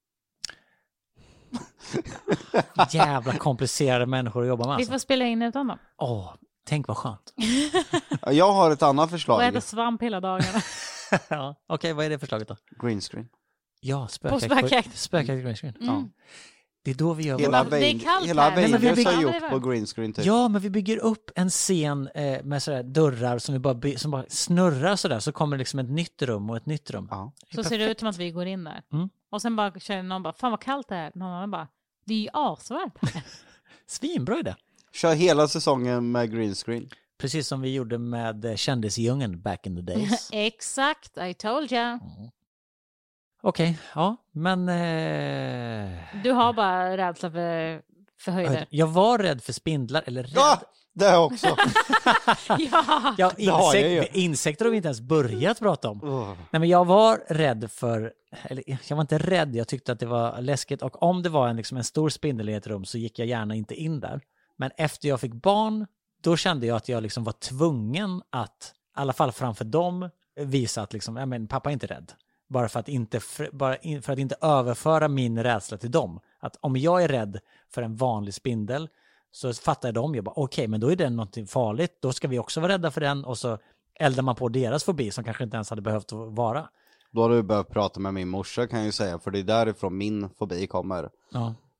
Jävla komplicerade människor att jobba med Vi alltså. får spela in utan dem. Åh, tänk vad skönt. Jag har ett annat Och förslag. äta svamp hela dagarna. Ja. Okej, vad är det förslaget då? Green screen. Ja, spökjakt. spökjakt. Spökjakt green screen. Mm. Ja. Det är då vi gör Hela, det är Veil- kallt hela här. Nej, men vi Vegas har bygger- gjort Ja, det är på väl. green screen typ. Ja, men vi bygger upp en scen eh, med sådär dörrar som, vi bara, by- som bara snurrar sådär, så kommer liksom ett nytt rum och ett nytt rum. Ja. Så ser det ut som att vi går in där. Mm. Och sen bara känner någon bara, fan vad kallt det är. Någon annan bara, det är ju asvarmt här. Svinbra idé. Kör hela säsongen med green screen. Precis som vi gjorde med eh, Kändisdjungeln back in the days. Exakt, I told you. Okej, ja, men... Eh... Du har bara rädsla för, för höjder. Jag var rädd för spindlar, eller rädd. Ja, det är också. Ja! Ja, Det har jag insek- insekter har vi inte ens börjat prata om. Oh. Nej, men jag var rädd för, eller jag var inte rädd, jag tyckte att det var läskigt, och om det var en, liksom en stor spindel i ett rum så gick jag gärna inte in där. Men efter jag fick barn, då kände jag att jag liksom var tvungen att, i alla fall framför dem, visa att liksom, ja, men pappa är inte rädd. Bara för att inte, för, bara in, för att inte överföra min rädsla till dem. Att om jag är rädd för en vanlig spindel så fattar de ju bara, okej, okay, men då är det någonting farligt. Då ska vi också vara rädda för den, och så eldar man på deras fobi som kanske inte ens hade behövt vara. Då har du behövt prata med min morsa, kan jag ju säga. För det är därifrån min fobi kommer. Ja.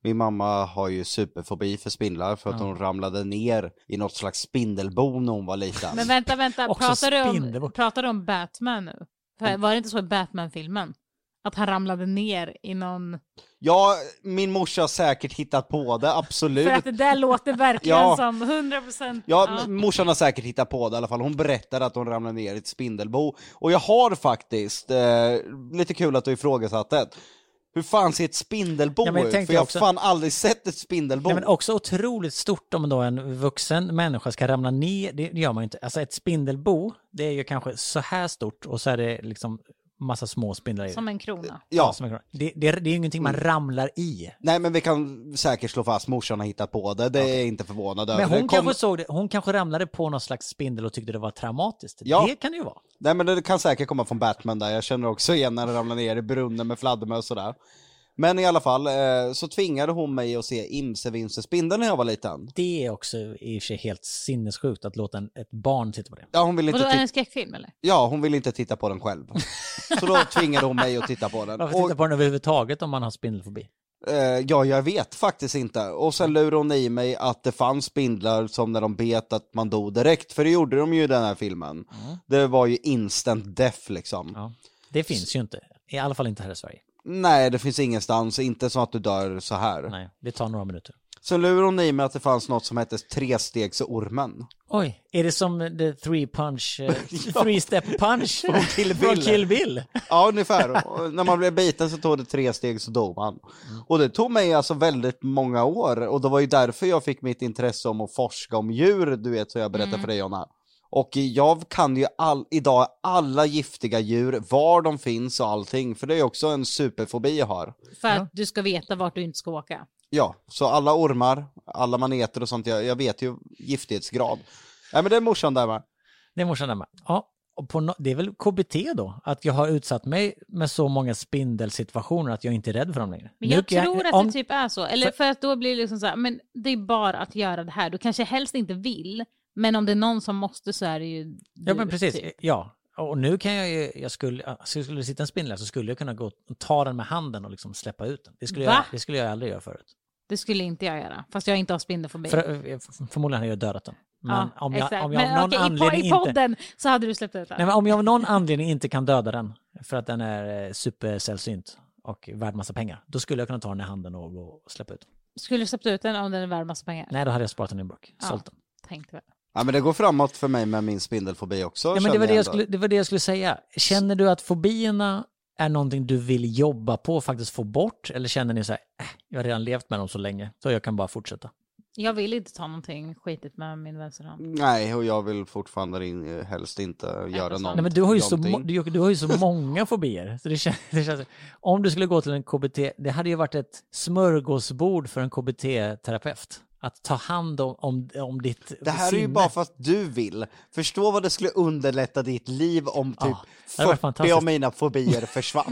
Min mamma har ju superfobi för spindlar för att Ja. hon ramlade ner i något slags spindelbo när hon var liten. Men vänta, vänta. Också Pratar du, om, Spindelbo. pratar du om Batman nu? För var det inte så i Batman-filmen? Att han ramlade ner i någon... Ja, min morsa har säkert hittat på det, absolut. För att det där låter verkligen Ja. som hundra procent... Ja, Ja. m- morsan har säkert hittat på det i alla fall. Hon berättade att hon ramlade ner i ett spindelbo. Och jag har faktiskt, eh, lite kul att du ifrågasatte det. Hur fan ser ett spindelbo Ja, men jag ut? tänkte För jag har också- fan aldrig sett ett spindelbo. Nej, men också otroligt stort om då en vuxen människa ska ramla ner. Det gör man ju inte. Alltså ett spindelbo, det är ju kanske så här stort och så är det liksom massa små spindlar i. Som en krona. Ja, Som en krona. det, det, det är ju ingenting man ramlar i. nej men vi kan säkert slå fast morsan har hittat på det. Det är jag inte förvånad över. Men hon Det kom- kanske såg det, hon kanske ramlade på någon slags spindel och tyckte det var traumatiskt. Ja. Det kan det ju vara. Nej men det kan säkert komma från Batman där. Jag känner också igen när det ramlar ner i brunnen med fladdermöss och sådär. Men i alla fall eh, så tvingade hon mig att se Imse-Vimse-spindeln när jag var liten. Det är också i och för sig helt sinnessjukt att låta en, ett barn titta på det. Ja, hon ville Vadå, inte är det titta. en skräckfilm eller? Ja, hon ville inte titta på den själv. Så då tvingade hon mig att titta på den. Varför Och, titta på den överhuvudtaget om man har spindelfobi? eh, ja, jag vet faktiskt inte. Och sen lurade hon i mig att det fanns spindlar som när de bet att man dog direkt. För det gjorde de ju i den här filmen. Det var ju instant death liksom. Ja. Det finns ju inte. I alla fall inte här i Sverige. Nej, det finns ingenstans. Inte så att du dör så här. Nej, det tar några minuter. Så lurade hon i mig att det fanns något som hette trestegsormen. Oj, är det som the three punch, uh, three step punch Från Kill från Bill. Kill Bill? Ja, ungefär. Och när man blev biten så tog det tre steg så dog man. Och det tog mig alltså väldigt många år. Och det var ju därför jag fick mitt intresse om att forska om djur, du vet, så jag berättade för dig, Jonna. Och jag kan ju all, idag alla giftiga djur, var de finns och allting. För det är också en superfobi jag har. För att du ska veta vart du inte ska åka. Ja, så alla ormar, alla maneter och sånt, jag, jag vet ju giftighetsgrad. Nej men det är morsan där med. Det är morsan där med. Ja, och på no- det är väl K B T då? Att jag har utsatt mig med så många spindelsituationer att jag inte är rädd för dem längre. Men Nu jag kan tror att om- det typ är så. Eller för att då blir det liksom så här, men det är bara att göra det här. Du kanske helst inte vill, men om det är någon som måste så är det ju Ja, du, men precis. typ. Ja. Och nu kan jag ju, jag skulle, ja, så skulle det sitta en spindel så skulle jag kunna gå och ta den med handen och liksom släppa ut den. Det skulle, Va? jag, det skulle jag aldrig göra förut. Det skulle inte jag göra, fast jag inte har spindelfobi. För, förmodligen hade jag dödat den. Men ja, om jag, exakt. om jag av men, någon okej, i po- anledning i inte... podden så hade du släppt ut den. Nej, men om jag av någon anledning inte kan döda den för att den är eh, supersällsynt och värd massa pengar, då skulle jag kunna ta den i handen och gå och släppa ut den. Skulle du släppt ut den om den är värd massa pengar? Nej, då hade jag sparat den i en burk. Ja. Sålt den. Tänkte väl. Ja men det går framåt för mig med min spindelfobi också. Ja, men känner det, var det, jag ändå. skulle, det var det jag skulle säga. Känner du att fobierna är någonting du vill jobba på och faktiskt få bort? Eller känner ni så här, äh, jag har redan levt med dem så länge, så jag kan bara fortsätta? Jag vill inte ta någonting skitigt med min vänsterhand. Nej, och jag vill fortfarande in, helst inte göra sant. något. Nej, men du har ju, så, någonting. mo- du, du har ju så många fobier. Så det känns, det känns, om du skulle gå till en K B T, det hade ju varit ett smörgåsbord för en K B T-terapeut. Att ta hand om, om, om ditt Det här är ju sinne. bara för att du vill. Förstå vad det skulle underlätta ditt liv om typ Ja, det hade varit fyrtio fantastiskt. av mina fobier försvann.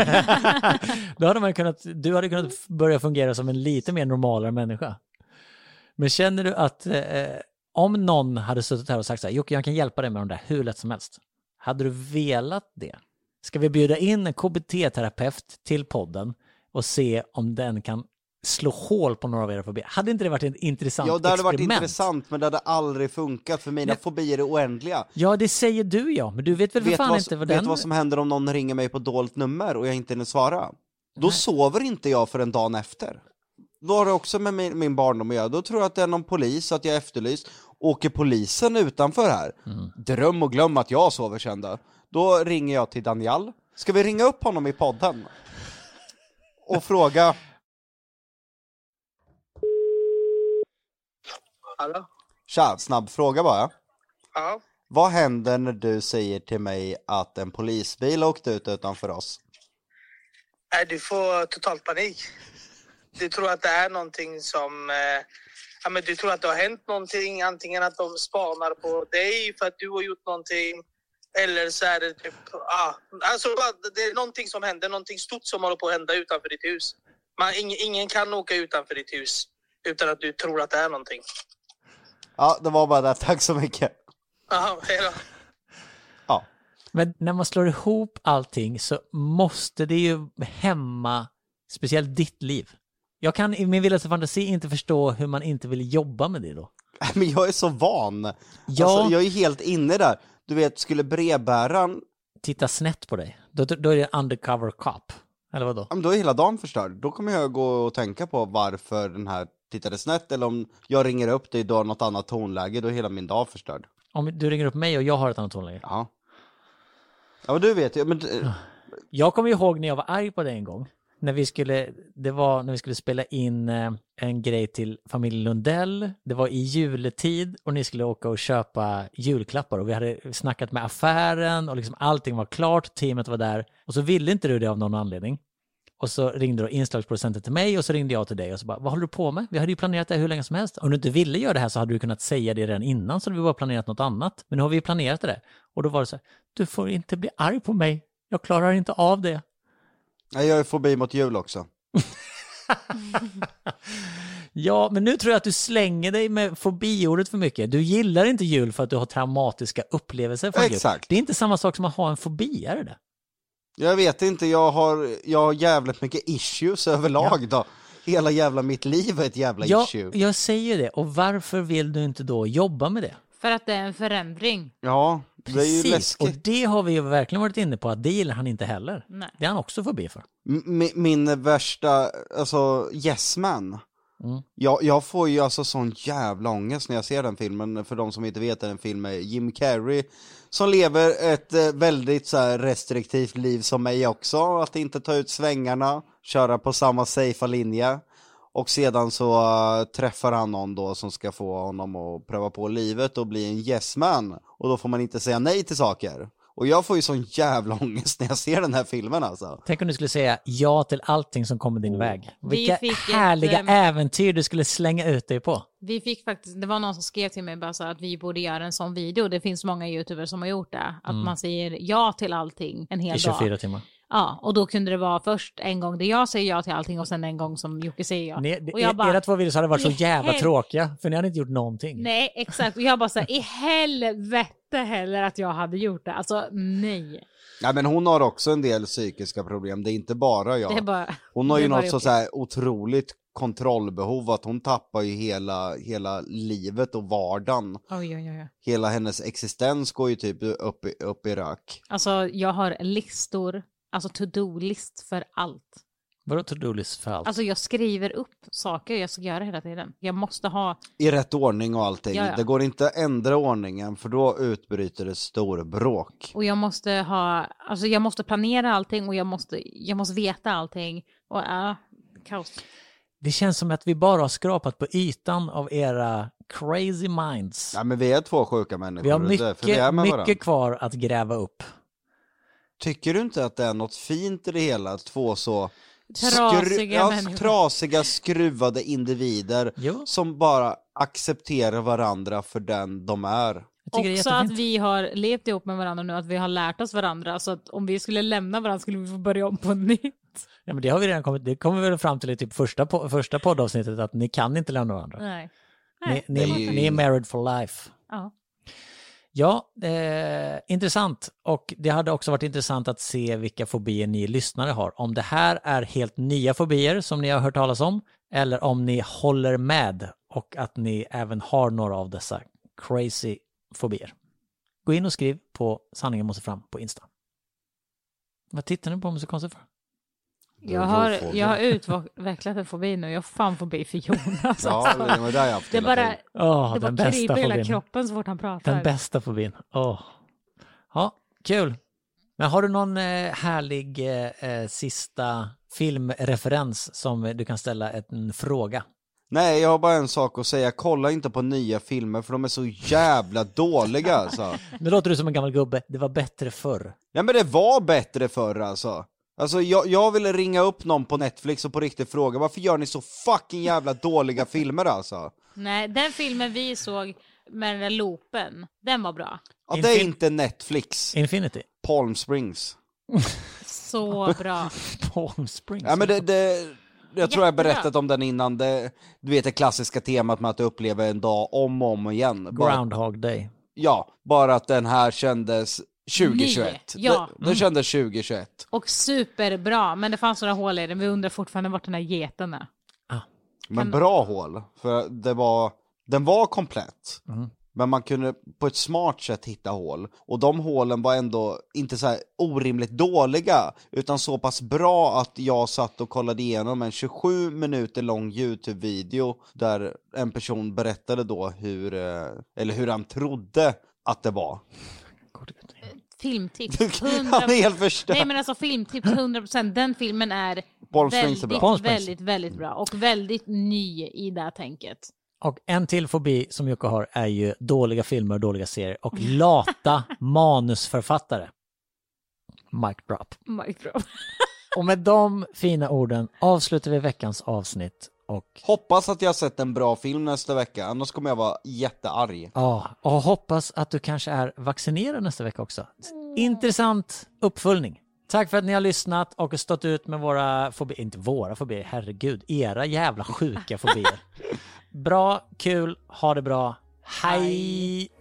Då hade man kunnat, du hade kunnat börja fungera som en lite mer normalare människa. Men känner du att eh, om någon hade suttit här och sagt så här, Jocke, jag kan hjälpa dig med de där hur lätt som helst. Hade du velat det? Ska vi bjuda in en K B T-terapeut till podden och se om den kan slå hål på några av era fobier? Hade inte det varit ett intressant Ja, det hade varit experiment? intressant, men det hade aldrig funkat för mina Nej. fobier är oändliga. Ja, det säger du ja, men du vet väl för Vet fan vad, inte vad vet den... vad som händer om någon ringer mig på dolt nummer och jag inte hinner svara? Då sover inte jag för en dag efter. Då har det också med min, min barndom att göra. Då tror jag att det är någon polis, att jag efterlyst. Åker polisen utanför här? Mm. Dröm och glöm att jag sover kända. Då ringer jag till Daniel. Ska vi ringa upp honom i podden? Och fråga... Hallå? Tja, snabb fråga bara. Ja. Vad händer när du säger till mig att en polisbil åkt ut utanför oss? Nej, du får totalt panik. Du tror att det är någonting som... Eh, ja, men du tror att det har hänt någonting. Antingen att de spanar på dig för att du har gjort någonting. Eller så är det typ... Ah, alltså, det är någonting som händer. Någonting stort som håller på att hända utanför ditt hus. Man, ingen, ingen kan åka utanför ditt hus utan att du tror att det är någonting. Ja, det var bara det. Tack så mycket. Jaha, hej då. Ja. Men när man slår ihop allting så måste det ju hämma speciellt ditt liv. Jag kan i min vildaste fantasi inte förstå hur man inte vill jobba med det då. Men jag är så van. Ja. Alltså, jag är helt inne där. Du vet, skulle brevbäraren... Titta snett på dig. Då, då är det undercover cop. Eller vad då? Ja, men då är hela dagen förstörd. Då kommer jag gå och tänka på varför den här tittade snett. Eller om jag ringer upp dig, då har något annat tonläge. Då är hela min dag förstörd. Om du ringer upp mig och jag har ett annat tonläge. Ja. Ja, men du vet ju. Men... Jag kommer ihåg när jag var arg på det en gång. När vi skulle, det var när vi skulle spela in eh, en grej till familjen Lundell. Det var i juletid och ni skulle åka och köpa julklappar. Och vi hade snackat med affären och liksom allting var klart. Teamet var där. Och så ville inte du det av någon anledning. Och så ringde då inslagsproducenten till mig och så ringde jag till dig och så bara, vad håller du på med? Vi hade ju planerat det hur länge som helst. Om du inte ville göra det här så hade du kunnat säga det redan innan så hade vi bara planerat något annat. Men nu har vi planerat det. Och då var det så här, du får inte bli arg på mig. Jag klarar inte av det. Nej, jag är fobi mot jul också. Ja, men nu tror jag att du slänger dig med fobiordet för mycket. Du gillar inte jul för att du har traumatiska upplevelser från Exakt. jul. Det är inte samma sak som att ha en fobi, är det det? Jag vet inte, jag har, jag har jävligt mycket issues överlag då. Hela jävla mitt liv är ett jävla Ja, issue. jag säger det. Och varför vill du inte då jobba med det? För att det är en förändring. Ja, det är ju Precis, och läskigt. det har vi ju verkligen varit inne på att det gillar han inte heller. Nej. Det är han också förbi för. M- min värsta, alltså Yes Man. Mm. Jag, jag får ju alltså sån jävla ångest när jag ser den filmen. För de som inte vet, är en film med Jim Carrey som lever ett eh, väldigt så här, restriktivt liv som mig också. Att inte ta ut svängarna, köra på samma safea linje. Och sedan så uh, träffar han någon då som ska få honom att pröva på livet och bli en yes man. Och då får man inte säga nej till saker. Och jag får ju sån jävla ångest när jag ser den här filmen alltså. Tänk om du skulle säga ja till allting som kommer din väg. Vi Vilka fick ett, härliga ähm, äventyr du skulle slänga ut dig på. Vi fick faktiskt, det var någon som skrev till mig bara så att vi borde göra en sån video. Det finns många youtubers som har gjort det. Att man säger ja till allting en hel I tjugofyra dag. timmar. Ja, och då kunde det vara först en gång där jag säger ja till allting och sen en gång som Jocke säger ja. Ni, och jag bara, era två videos hade varit så i jävla hel- tråkiga, för ni hade inte gjort någonting. Nej, exakt. Och jag bara så här, i helvete heller att jag hade gjort det. Alltså, nej. Ja, men hon har också en del psykiska problem. Det är inte bara jag. Det är bara, Hon har det ju är bara något så, Jocke. så här otroligt kontrollbehov. Att hon tappar ju hela, hela livet och vardagen. Oj, oj, oj. Hela hennes existens går ju typ upp i, upp i rök. Alltså, jag har listor, alltså to-do-list för allt. Vadå to-do-list för allt? Alltså, jag skriver upp saker jag ska göra hela tiden. Jag måste ha... I rätt ordning och allting. Ja, ja. Det går inte att ändra ordningen, för då utbryter det stor bråk. Och jag måste ha... Alltså, jag måste planera allting och jag måste, jag måste veta allting. Och ja, kaos. Det känns som att vi bara har skrapat på ytan av era crazy minds. Ja, men vi är två sjuka människor. Vi har det är därför vi är mycket, med mycket varandra. kvar att gräva upp. Tycker du inte att det är något fint i det hela? Att två så Trasiga ja, människor. trasiga, skruvade individer Jo. som bara accepterar varandra för den de är. Jag tycker det är Också att jättefint. vi har levt ihop med varandra nu, att vi har lärt oss varandra. Så att om vi skulle lämna varandra skulle vi få börja om på nytt. Ja, men det har vi redan kommit, det kommer väl fram till i typ första, po- första poddavsnittet att ni kan inte lämna varandra. Nej. Ni, Nej. ni, Det är ju- ni är married for life. Ja. Ja, eh, intressant. Och det hade också varit intressant att se vilka fobier ni lyssnare har. Om det här är helt nya fobier som ni har hört talas om, eller om ni håller med och att ni även har några av dessa crazy fobier. Gå in och skriv på Sanningen måste fram på Insta. Vad tittar ni på mig så konstigt för? Jag har, jag har utvecklat en fobi nu. Jag har fan fobi för Jonas. Ja, alltså. det var där jag haft Det hela bara, tiden. Åh, det den bara bästa kryper i hela fobin. kroppen så fort han pratar. Den bästa fobin. Åh. Ja, kul. Men har du någon eh, härlig eh, sista filmreferens som du kan ställa en fråga? Nej, jag har bara en sak att säga. Kolla inte på nya filmer, för de är så jävla dåliga alltså. Nu låter du som en gammal gubbe. Det var bättre förr. Ja, men det var bättre förr alltså. Alltså jag, jag ville ringa upp någon på Netflix och på riktigt fråga, varför gör ni så fucking jävla dåliga filmer alltså? Nej, den filmen vi såg med den där loopen, den var bra. Ja, det är Infin- inte Netflix. Infinity. Palm Springs. Så bra. Palm Springs. Ja, men det, det, jag tror jag Jättebra. berättat om den innan. Det, du vet det klassiska temat med att uppleva en dag om och om igen. Bara, Groundhog Day. ja, bara att den här kändes tjugohundratjugoett. Ny, ja. Den, den kändes tjugohundratjugoett. Och superbra, men det fanns några hål i den. Vi undrar fortfarande vart den här geten är. Ah, Men Kan- bra hål, för det var, den var komplett. Mm. Men man kunde på ett smart sätt hitta hål. Och de hålen var ändå inte så här orimligt dåliga, utan så pass bra att jag satt och kollade igenom en tjugosju minuter lång YouTube-video där en person berättade då hur, eh, eller hur han trodde att det var. Filmtips. Han hundra är helt förstörd. Nej men alltså filmtips hundra procent. Den filmen är Palm Springs är väldigt, bra. väldigt, väldigt bra. Och väldigt ny i det här tänket. Och en till fobi som Jocke har är ju dåliga filmer och dåliga serier och lata manusförfattare. Mic drop. Micro. Och med de fina orden avslutar vi veckans avsnitt. Och Hoppas att jag har sett en bra film nästa vecka, annars kommer jag vara jättearg. ja, och hoppas att du kanske är vaccinerad nästa vecka också. Intressant uppföljning. Tack för att ni har lyssnat och stått ut med våra fobier. Inte våra fobier, herregud. Era jävla sjuka fobier. Bra, kul, ha det bra. Hej!